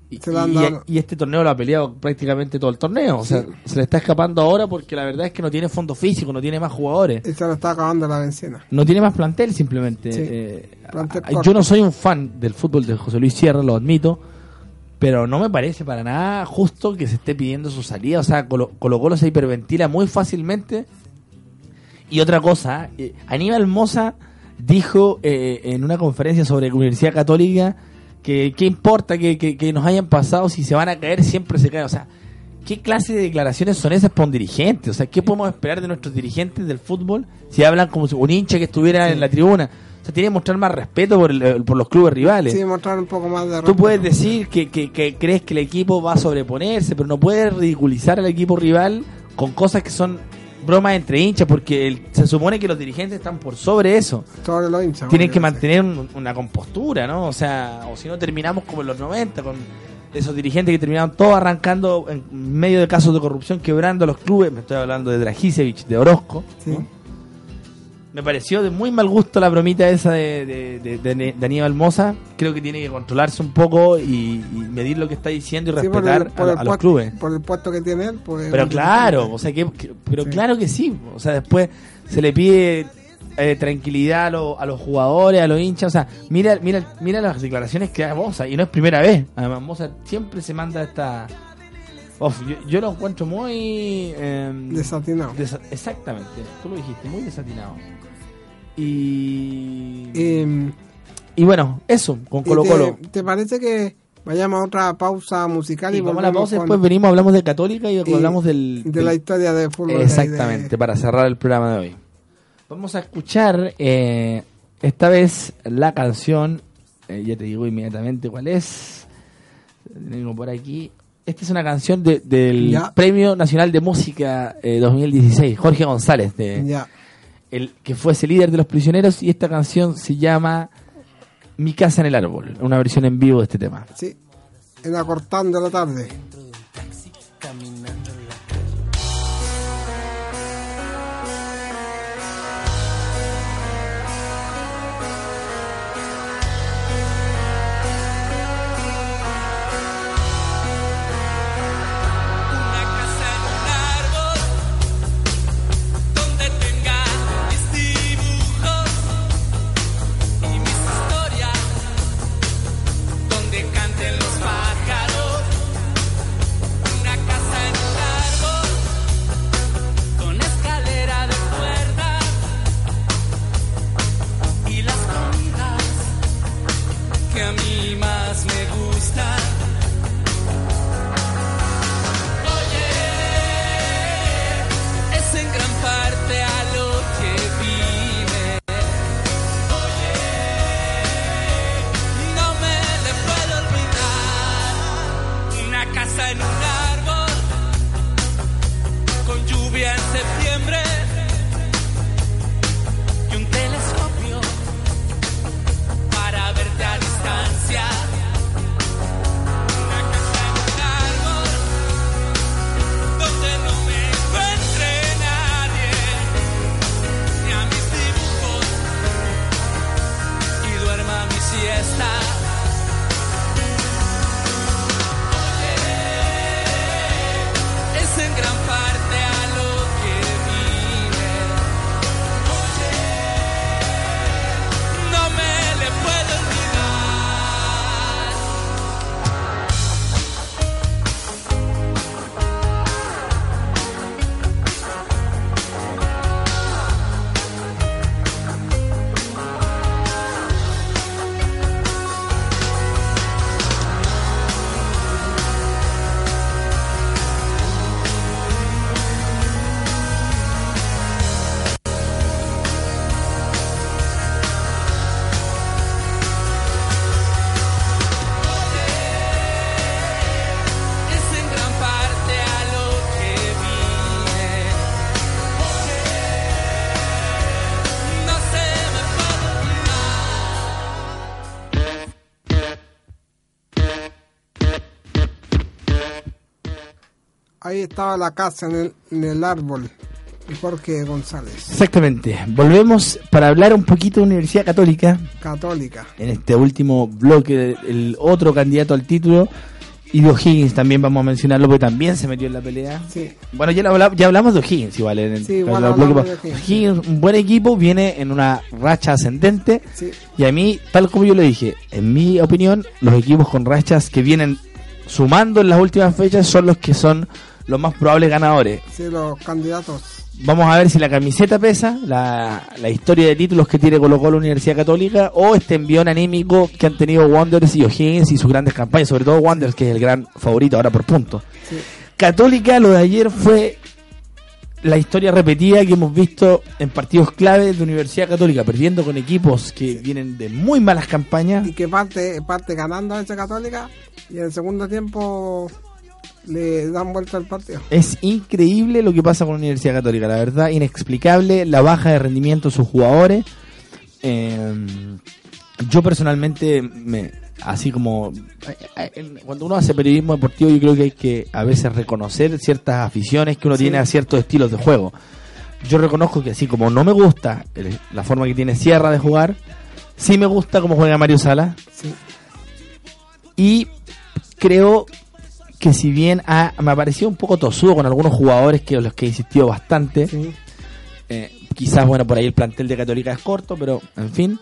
Y este torneo lo ha peleado prácticamente todo el torneo. O sea, se le está escapando ahora porque la verdad es que no tiene fondo físico, no tiene más jugadores. Y se lo está acabando la bencena. No tiene más plantel simplemente. Sí, plantel yo no soy un fan del fútbol de José Luis Sierra, lo admito, pero no me parece para nada justo que se esté pidiendo su salida. O sea, Colo-Colo se hiperventila muy fácilmente. Y otra cosa, Aníbal Mosa dijo en una conferencia sobre la Universidad Católica que qué importa que nos hayan pasado, si se van a caer siempre se caen. O sea, ¿qué clase de declaraciones son esas para un dirigente? O sea, ¿qué podemos esperar de nuestros dirigentes del fútbol si hablan como si un hincha que estuviera en la tribuna? O sea, tiene que mostrar más respeto por los clubes rivales. Sí, mostrar un poco más de respeto. Tú puedes decir que crees que el equipo va a sobreponerse, pero no puedes ridiculizar al equipo rival con cosas que son bromas entre hinchas, porque se supone que los dirigentes están por sobre eso. Sobre los hinchas. Tienen que mantener una compostura, ¿no? O sea, o si no terminamos como en los 90, con esos dirigentes que terminaban todos arrancando en medio de casos de corrupción, quebrando a los clubes. Me estoy hablando de Dragicevic, de Orozco, sí. ¿no? Me pareció de muy mal gusto la bromita esa de Aníbal Mosa. Creo que tiene que controlarse un poco y medir lo que está diciendo y respetar a los clubes. Por el puesto que tiene él. Pero claro, o sea claro que sí. O sea, después se le pide tranquilidad a los jugadores, a los hinchas. O sea, mira las declaraciones que da Mosa, y no es primera vez. Además, Mosa siempre se manda esta... yo lo encuentro muy... desatinado. Exactamente, tú lo dijiste, muy desatinado. Y bueno, eso, con Colo-Colo. ¿Te parece que vayamos a otra pausa musical? Y vamos a la pausa, después venimos, hablamos de Católica y hablamos de la historia de fútbol. Exactamente, para cerrar el programa de hoy. Vamos a escuchar esta vez la canción, ya te digo inmediatamente cuál es. Tengo por aquí. Esta es una canción del Premio Nacional de Música 2016, Jorge González, el que fue ese líder de Los Prisioneros, y esta canción se llama Mi Casa en el Árbol, una versión en vivo de este tema. Sí, en Acortando la Tarde. Donde canten los pájaros Ahí estaba la casa en el árbol de Jorge González. Exactamente. Volvemos para hablar un poquito de Universidad Católica. En este último bloque, el otro candidato al título. Y de O'Higgins también vamos a mencionarlo, porque también se metió en la pelea. Sí. Bueno, ya hablamos de O'Higgins igual. O'Higgins, un buen equipo, viene en una racha ascendente. Sí. Y a mí, tal como yo le dije, en mi opinión, los equipos con rachas que vienen sumando en las últimas fechas son los que son los más probables ganadores. Sí, los candidatos. Vamos a ver si la camiseta pesa, la historia de títulos que tiene Colo-Colo Universidad Católica, o este envión anímico que han tenido Wanderers y O'Higgins y sus grandes campañas, sobre todo Wanderers, que es el gran favorito ahora por puntos. Sí. Católica, lo de ayer fue la historia repetida que hemos visto en partidos clave de Universidad Católica, perdiendo con equipos que vienen de muy malas campañas. Y que parte ganando a esa Católica, y en el segundo tiempo le dan vuelta al partido. Es increíble lo que pasa con la Universidad Católica, la verdad, inexplicable la baja de rendimiento de sus jugadores. Yo personalmente, así como cuando uno hace periodismo deportivo, yo creo que hay que a veces reconocer ciertas aficiones que uno tiene a ciertos estilos de juego. Yo reconozco que así como no me gusta la forma que tiene Sierra de jugar, sí me gusta cómo juega Mario Sala. Sí. Y creo que si bien me ha parecido un poco tosudo con algunos jugadores que los que he insistido bastante, sí. Quizás, bueno, por ahí el plantel de Católica es corto, pero en fin,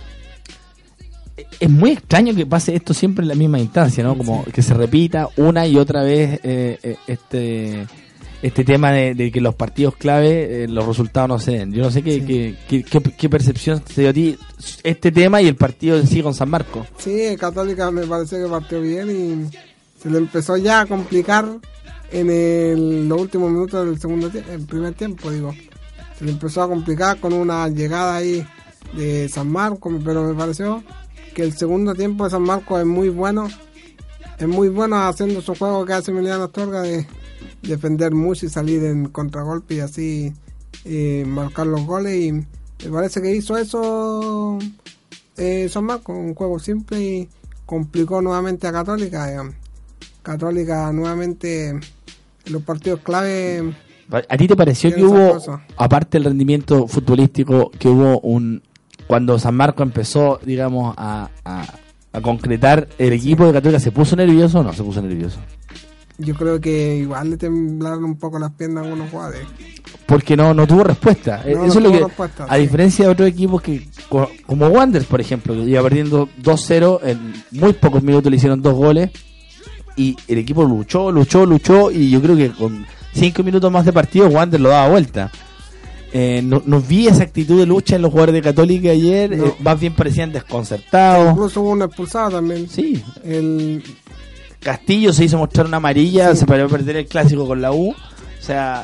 es muy extraño que pase esto siempre en la misma instancia, ¿no? Como que se repita una y otra vez este tema de que los partidos clave, los resultados no se den. Yo no sé qué percepción te dio a ti este tema y el partido en sí con San Marcos. Sí, Católica me parece que partió bien y se le empezó ya a complicar en los últimos minutos del primer tiempo, digo. Se le empezó a complicar con una llegada ahí de San Marcos, pero me pareció que el segundo tiempo de San Marcos es muy bueno haciendo su juego que hace Emiliano Astorga de defender mucho y salir en contragolpe y así marcar los goles, y me parece que hizo eso San Marcos, un juego simple, y complicó nuevamente a Católica. Católica nuevamente en los partidos clave. ¿A ti te pareció que hubo, aparte del rendimiento futbolístico, que hubo cuando San Marcos empezó, digamos, a concretar el equipo de Católica, se puso nervioso o no se puso nervioso? Yo creo que igual le temblaron un poco las piernas a algunos jugadores. Porque no tuvo respuesta. Eso es lo que, respuesta, a diferencia de otros equipos que, como Wanderers, por ejemplo, que iba perdiendo 2-0, en muy pocos minutos le hicieron 2 goles, y el equipo luchó, y yo creo que con 5 minutos más de partido Wanderers lo daba vuelta. No vi esa actitud de lucha en los jugadores de Católica ayer, más bien parecían desconcertados. Incluso hubo un expulsado también. Sí. Castillo se hizo mostrar una amarilla, se paró a perder el clásico con la U. O sea,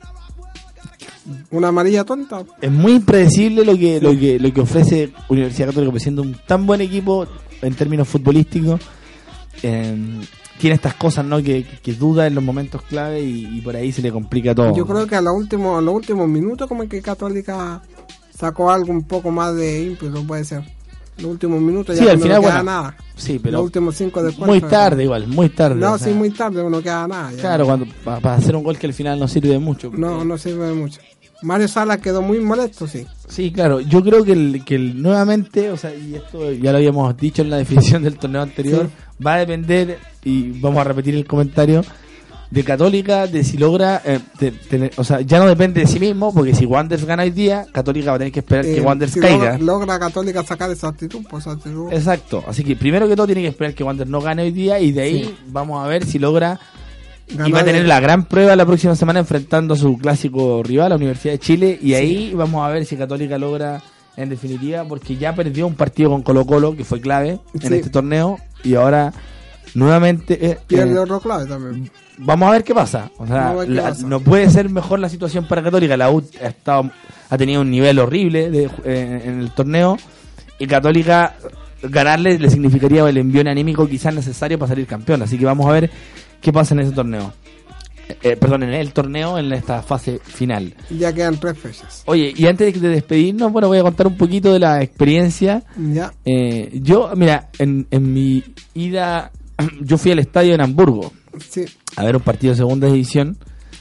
una amarilla tonta. Es muy impredecible lo que ofrece Universidad Católica, siendo un tan buen equipo en términos futbolísticos. Tiene estas cosas, ¿no? Que duda en los momentos clave y por ahí se le complica todo. Yo creo que en los últimos minutos como que Católica sacó algo un poco más de ímpetu, puede ser. Los últimos minutos ya al final, no queda nada. Sí, pero los últimos 5 después. Muy tarde. No, o sea, muy tarde, no queda nada. Ya. Claro, cuando para hacer un gol que al final no sirve de mucho. No sirve de mucho. Mario Sala quedó muy molesto, sí. Sí, claro. Yo creo que nuevamente, o sea, y esto ya lo habíamos dicho en la definición del torneo anterior, va a depender, y vamos a repetir el comentario, de Católica, de si logra o sea, ya no depende de sí mismo, porque si Wanderers gana hoy día, Católica va a tener que esperar que Wanderers caiga. Logra Católica sacar esa actitud, pues actitud. Exacto, así que primero que todo tiene que esperar que Wanderers no gane hoy día, y de ahí vamos a ver si logra. Y va a tener la gran prueba la próxima semana enfrentando a su clásico rival, la Universidad de Chile, y ahí vamos a ver si Católica logra, en definitiva, porque ya perdió un partido con Colo-Colo que fue clave en este torneo, y ahora nuevamente pierde otro clave también. Vamos a ver qué pasa. O sea, no puede ser mejor la situación para Católica. La U ha tenido un nivel horrible en el torneo, y Católica ganarle le significaría el envío anímico quizás necesario para salir campeón. Así que vamos a ver qué pasa en ese torneo. En el torneo, en esta fase final. Ya quedan 3 fechas. Oye, y antes de despedirnos, bueno, voy a contar un poquito de la experiencia. Ya. Yo, mira, en mi ida, yo fui al estadio en Hamburgo. Sí. a ver un partido de segunda división.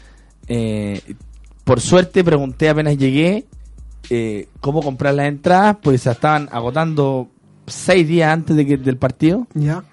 Por suerte pregunté apenas llegué cómo comprar las entradas, pues se estaban agotando 6 días antes del partido. Ya.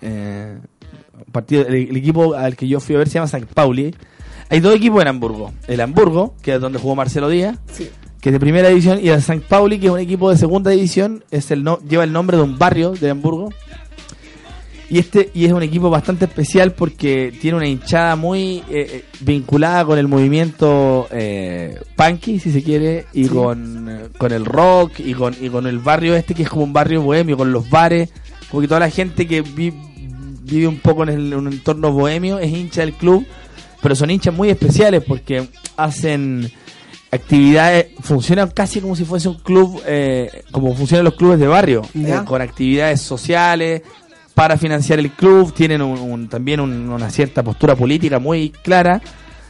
El equipo al que yo fui a ver se llama St. Pauli. Hay 2 equipos en Hamburgo. El Hamburgo, que es donde jugó Marcelo Díaz, Sí. que es de primera división, y el St. Pauli, que es un equipo de segunda división, lleva el nombre de un barrio de Hamburgo. Y es un equipo bastante especial porque tiene una hinchada muy vinculada con el movimiento punky, si se quiere, y Sí. con el rock y con el barrio que es como un barrio bohemio, con los bares, como que toda la gente que vive un poco en un entorno bohemio es hincha del club, pero son hinchas muy especiales porque hacen actividades, funcionan casi como si fuese un club, como funcionan los clubes de barrio, con actividades sociales para financiar el club. Tienen también una cierta postura política muy clara.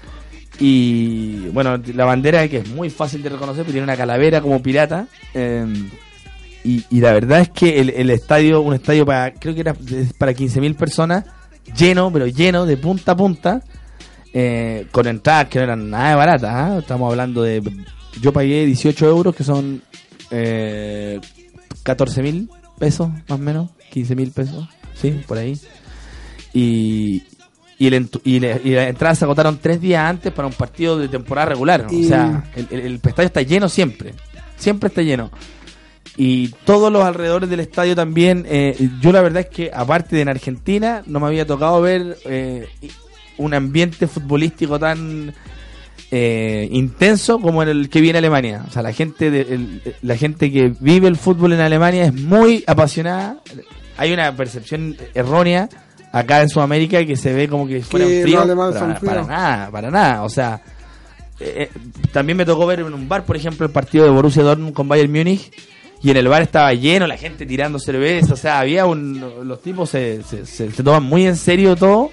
Y bueno, la bandera, que es muy fácil de reconocer, porque tiene una calavera como pirata. Y la verdad es que el estadio, un estadio creo que era para 15.000 personas, lleno, pero lleno de punta a punta, con entradas que no eran nada baratas, ¿eh? Estamos hablando de... Yo pagué 18 euros, que son 14.000 pesos, más o menos, 15.000 pesos, sí, por ahí. Y las entradas se agotaron 3 días antes para un partido de temporada regular. O sea, el estadio está lleno siempre está lleno. Y todos los alrededores del estadio también. Yo la verdad es que, aparte de en Argentina, no me había tocado ver un ambiente futbolístico tan intenso como en el que viene Alemania. O sea, la gente que vive el fútbol en Alemania es muy apasionada. Hay una percepción errónea acá en Sudamérica que se ve como que fueran fríos, para nada. O sea, también me tocó ver en un bar, por ejemplo, el partido de Borussia Dortmund con Bayern Múnich, y en el bar estaba lleno, la gente tirando cerveza. O sea, había los tipos se toman muy en serio todo.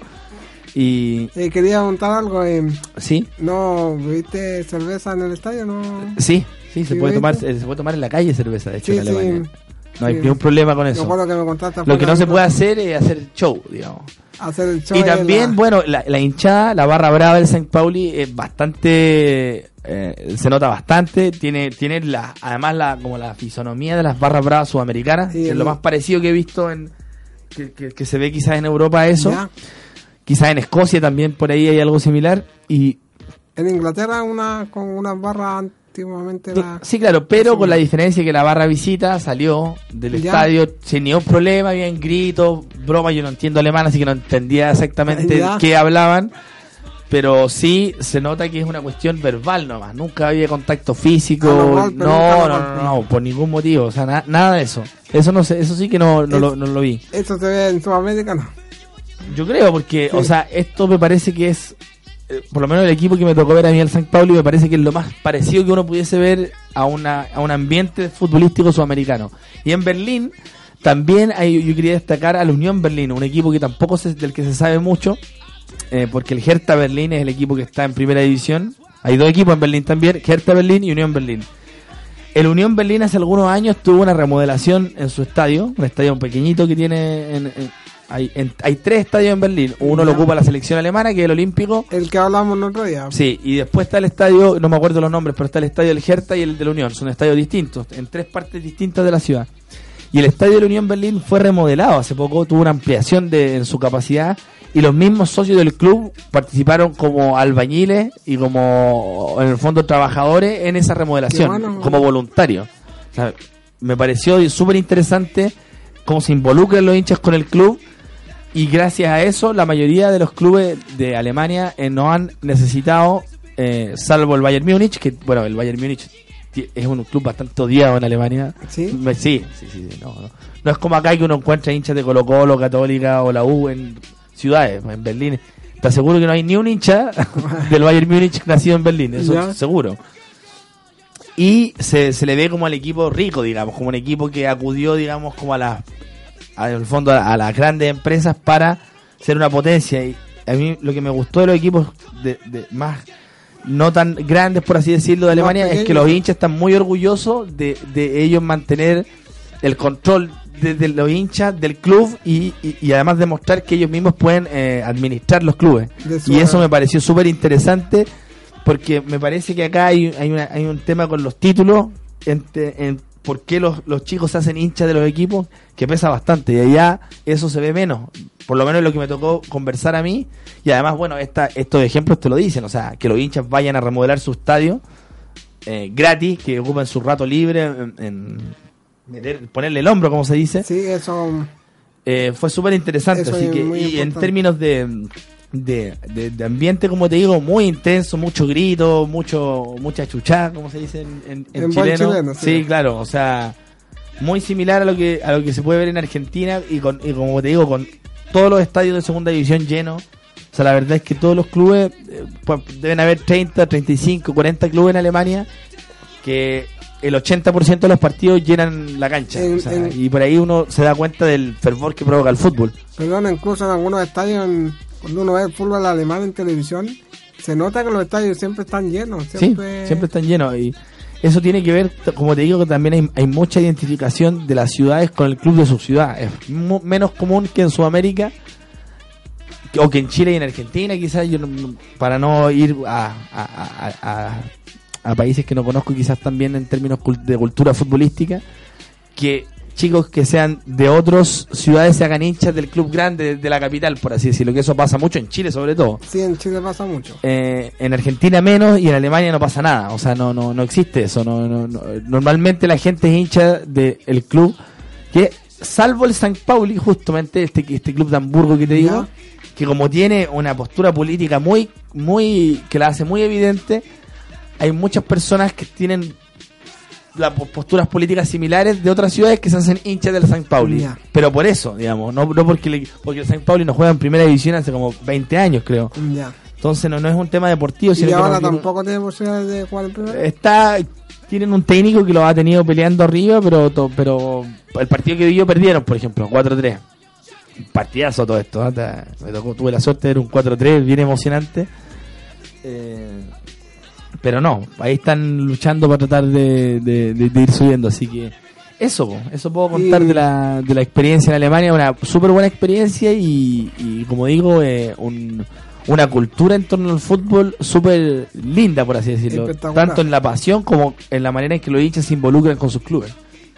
Y quería preguntar algo. ¿Sí? ¿No bebiste cerveza en el estadio? ¿No? Sí, se puede tomar en la calle cerveza, de hecho, en Alemania. Sí. No hay ningún problema con eso. Lo que no se puede hacer es hacer show, digamos. Hacer el show. Y también, bueno, la hinchada, la barra brava del St. Pauli es bastante... se nota bastante. Tiene además como la fisonomía de las barras bravas sudamericanas, que es lo más parecido que he visto que se ve quizás en Europa eso. Ya. Quizás en Escocia también por ahí hay algo similar. Y en Inglaterra con una barra antiguamente sí, claro, pero con la diferencia que la barra visita salió del estadio sin ningún problema, habían gritos, bromas. Yo no entiendo alemán, así que no entendía exactamente qué hablaban, pero sí se nota que es una cuestión verbal nomás. Nunca había contacto físico, no, por ningún motivo. O sea, nada de eso. Eso no sé, eso sí que no lo vi. ¿Eso se ve en Sudamérica? No. Yo creo, porque, o sea, esto me parece que es, por lo menos el equipo que me tocó ver a mí, el St. Pauli, me parece que es lo más parecido que uno pudiese ver a un ambiente futbolístico sudamericano. Y en Berlín también yo quería destacar a la Unión Berlín, un equipo que tampoco del que se sabe mucho, porque el Hertha Berlín es el equipo que está en primera división. Hay 2 equipos en Berlín también, Hertha Berlín y Unión Berlín. El Unión Berlín hace algunos años tuvo una remodelación en su estadio, un estadio pequeñito que tiene hay 3 estadios en Berlín. Uno lo ocupa la selección alemana, que es el Olímpico. El que hablamos el otro día. Sí, y después está el estadio, no me acuerdo los nombres, pero está el estadio del Hertha y el de la Unión. Son estadios distintos, en 3 partes distintas de la ciudad. Y el estadio de la Unión Berlín fue remodelado hace poco, tuvo una ampliación en su capacidad, y los mismos socios del club participaron como albañiles y como, en el fondo, trabajadores en esa remodelación, como voluntarios. O sea, me pareció súper interesante cómo se involucran los hinchas con el club. Y gracias a eso, la mayoría de los clubes de Alemania no han necesitado, salvo el Bayern Múnich, que, bueno, el Bayern Múnich es un club bastante odiado en Alemania. ¿Sí? Sí, no es como acá que uno encuentra hinchas de Colo-Colo, Católica o la U en ciudades. En Berlín, te aseguro que no hay ni un hincha del Bayern Múnich nacido en Berlín, eso seguro. Y se le ve como al equipo rico, digamos, como un equipo que acudió, digamos, como en el fondo a las grandes empresas para ser una potencia. Y a mí lo que me gustó de los equipos de más no tan grandes, por así decirlo, de Alemania, es que los hinchas están muy orgullosos de ellos mantener el control desde los hinchas del club y además demostrar que ellos mismos pueden administrar los clubes. Y eso me pareció súper interesante, porque me parece que acá hay un tema con los títulos, en por qué los chicos se hacen hinchas de los equipos, que pesa bastante, y allá eso se ve menos, por lo menos lo que me tocó conversar a mí. Y además, bueno, estos ejemplos te lo dicen, o sea, que los hinchas vayan a remodelar su estadio gratis, que ocupen su rato libre en ponerle el hombro, como se dice. Sí, eso fue súper interesante, así que, y en términos de ambiente, como te digo, muy intenso, mucho grito, mucha chuchá, como se dice en chileno. Sí, claro, o sea, muy similar a lo que se puede ver en Argentina, y como te digo, con todos los estadios de segunda división llenos. O sea, la verdad es que todos los clubes, pues, deben haber 30, 35, 40 clubes en Alemania, que el 80% de los partidos llenan la cancha. Y por ahí uno se da cuenta del fervor que provoca el fútbol. Perdón, incluso en algunos estadios, cuando uno ve el fútbol alemán en televisión, se nota que los estadios siempre están llenos. Siempre están llenos. Y eso tiene que ver, como te digo, que también hay mucha identificación de las ciudades con el club de su ciudad. Es menos común que en Sudamérica, o que en Chile y en Argentina, quizás. Yo para no ir a países que no conozco, quizás también en términos de cultura futbolística, que chicos que sean de otras ciudades se hagan hinchas del club grande de la capital, por así decirlo, que eso pasa mucho en Chile, sobre todo. Sí, en Chile pasa mucho. En Argentina menos, y en Alemania no pasa nada, o sea, no existe eso. Normalmente la gente es hincha del club, que salvo el St. Pauli, justamente este club de Hamburgo que te digo, que como tiene una postura política muy que la hace muy evidente, hay muchas personas que tienen las posturas políticas similares de otras ciudades que se hacen hinchas del St. Pauli. Pero por eso, digamos, no porque el St. Pauli no juega en primera división hace como 20 años, creo. Entonces no es un tema deportivo. Y ahora tampoco tiene posibilidades de jugar en primera. Tienen un técnico que lo ha tenido peleando arriba, pero el partido que yo perdieron, por ejemplo, 4-3. Partidazo todo esto, ¿no? Tuve la suerte de ver un 4-3 bien emocionante. Pero no, ahí están luchando para tratar de ir subiendo, así que eso puedo contar de la experiencia en Alemania, una súper buena experiencia, y como digo, una cultura en torno al fútbol súper linda, por así decirlo, tanto en la pasión como en la manera en que los hinchas se involucran con sus clubes.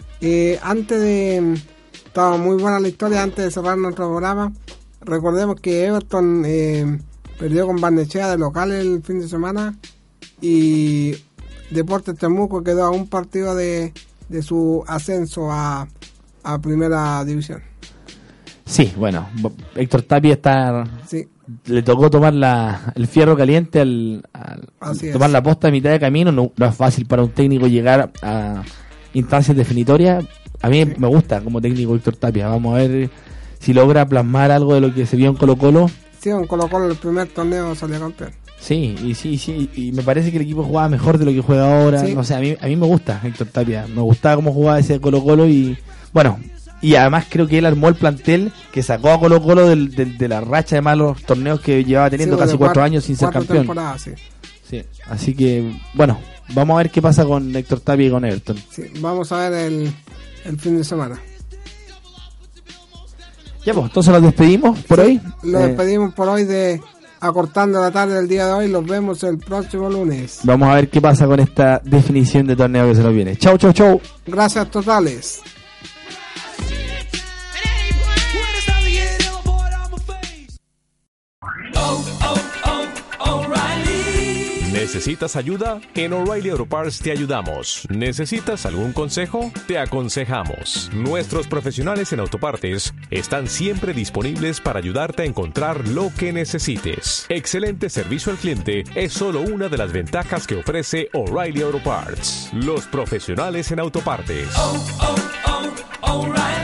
Estaba muy buena la historia. Antes de cerrar nuestro programa, recordemos que Everton perdió con Barnechea de local el fin de semana, y Deportes Temuco quedó a un partido de su ascenso a primera división. Sí, bueno, Héctor Tapia le tocó tomar el fierro caliente al tomar la posta a mitad de camino. No es fácil para un técnico llegar a instancias definitorias. A mí me gusta como técnico Héctor Tapia. Vamos a ver si logra plasmar algo de lo que se vio en Colo-Colo. Sí, en Colo-Colo el primer torneo salió campeón. Sí, y me parece que el equipo jugaba mejor de lo que juega ahora. Sí. No sé, a mí me gusta Héctor Tapia. Me gustaba cómo jugaba ese Colo-Colo, y bueno, y además creo que él armó el plantel que sacó a Colo-Colo de la racha de malos torneos que llevaba teniendo casi 4 años sin ser campeón. Sí, así que bueno, vamos a ver qué pasa con Héctor Tapia y con Everton. Sí, vamos a ver el fin de semana. Ya pues, entonces nos despedimos por hoy. Nos despedimos por hoy de Acortando la Tarde del día de hoy. Los vemos el próximo lunes. Vamos a ver qué pasa con esta definición de torneo que se nos viene. Chau. Gracias totales. ¿Necesitas ayuda? En O'Reilly Auto Parts te ayudamos. ¿Necesitas algún consejo? Te aconsejamos. Nuestros profesionales en autopartes están siempre disponibles para ayudarte a encontrar lo que necesites. Excelente servicio al cliente es solo una de las ventajas que ofrece O'Reilly Auto Parts. Los profesionales en autopartes. O'Reilly.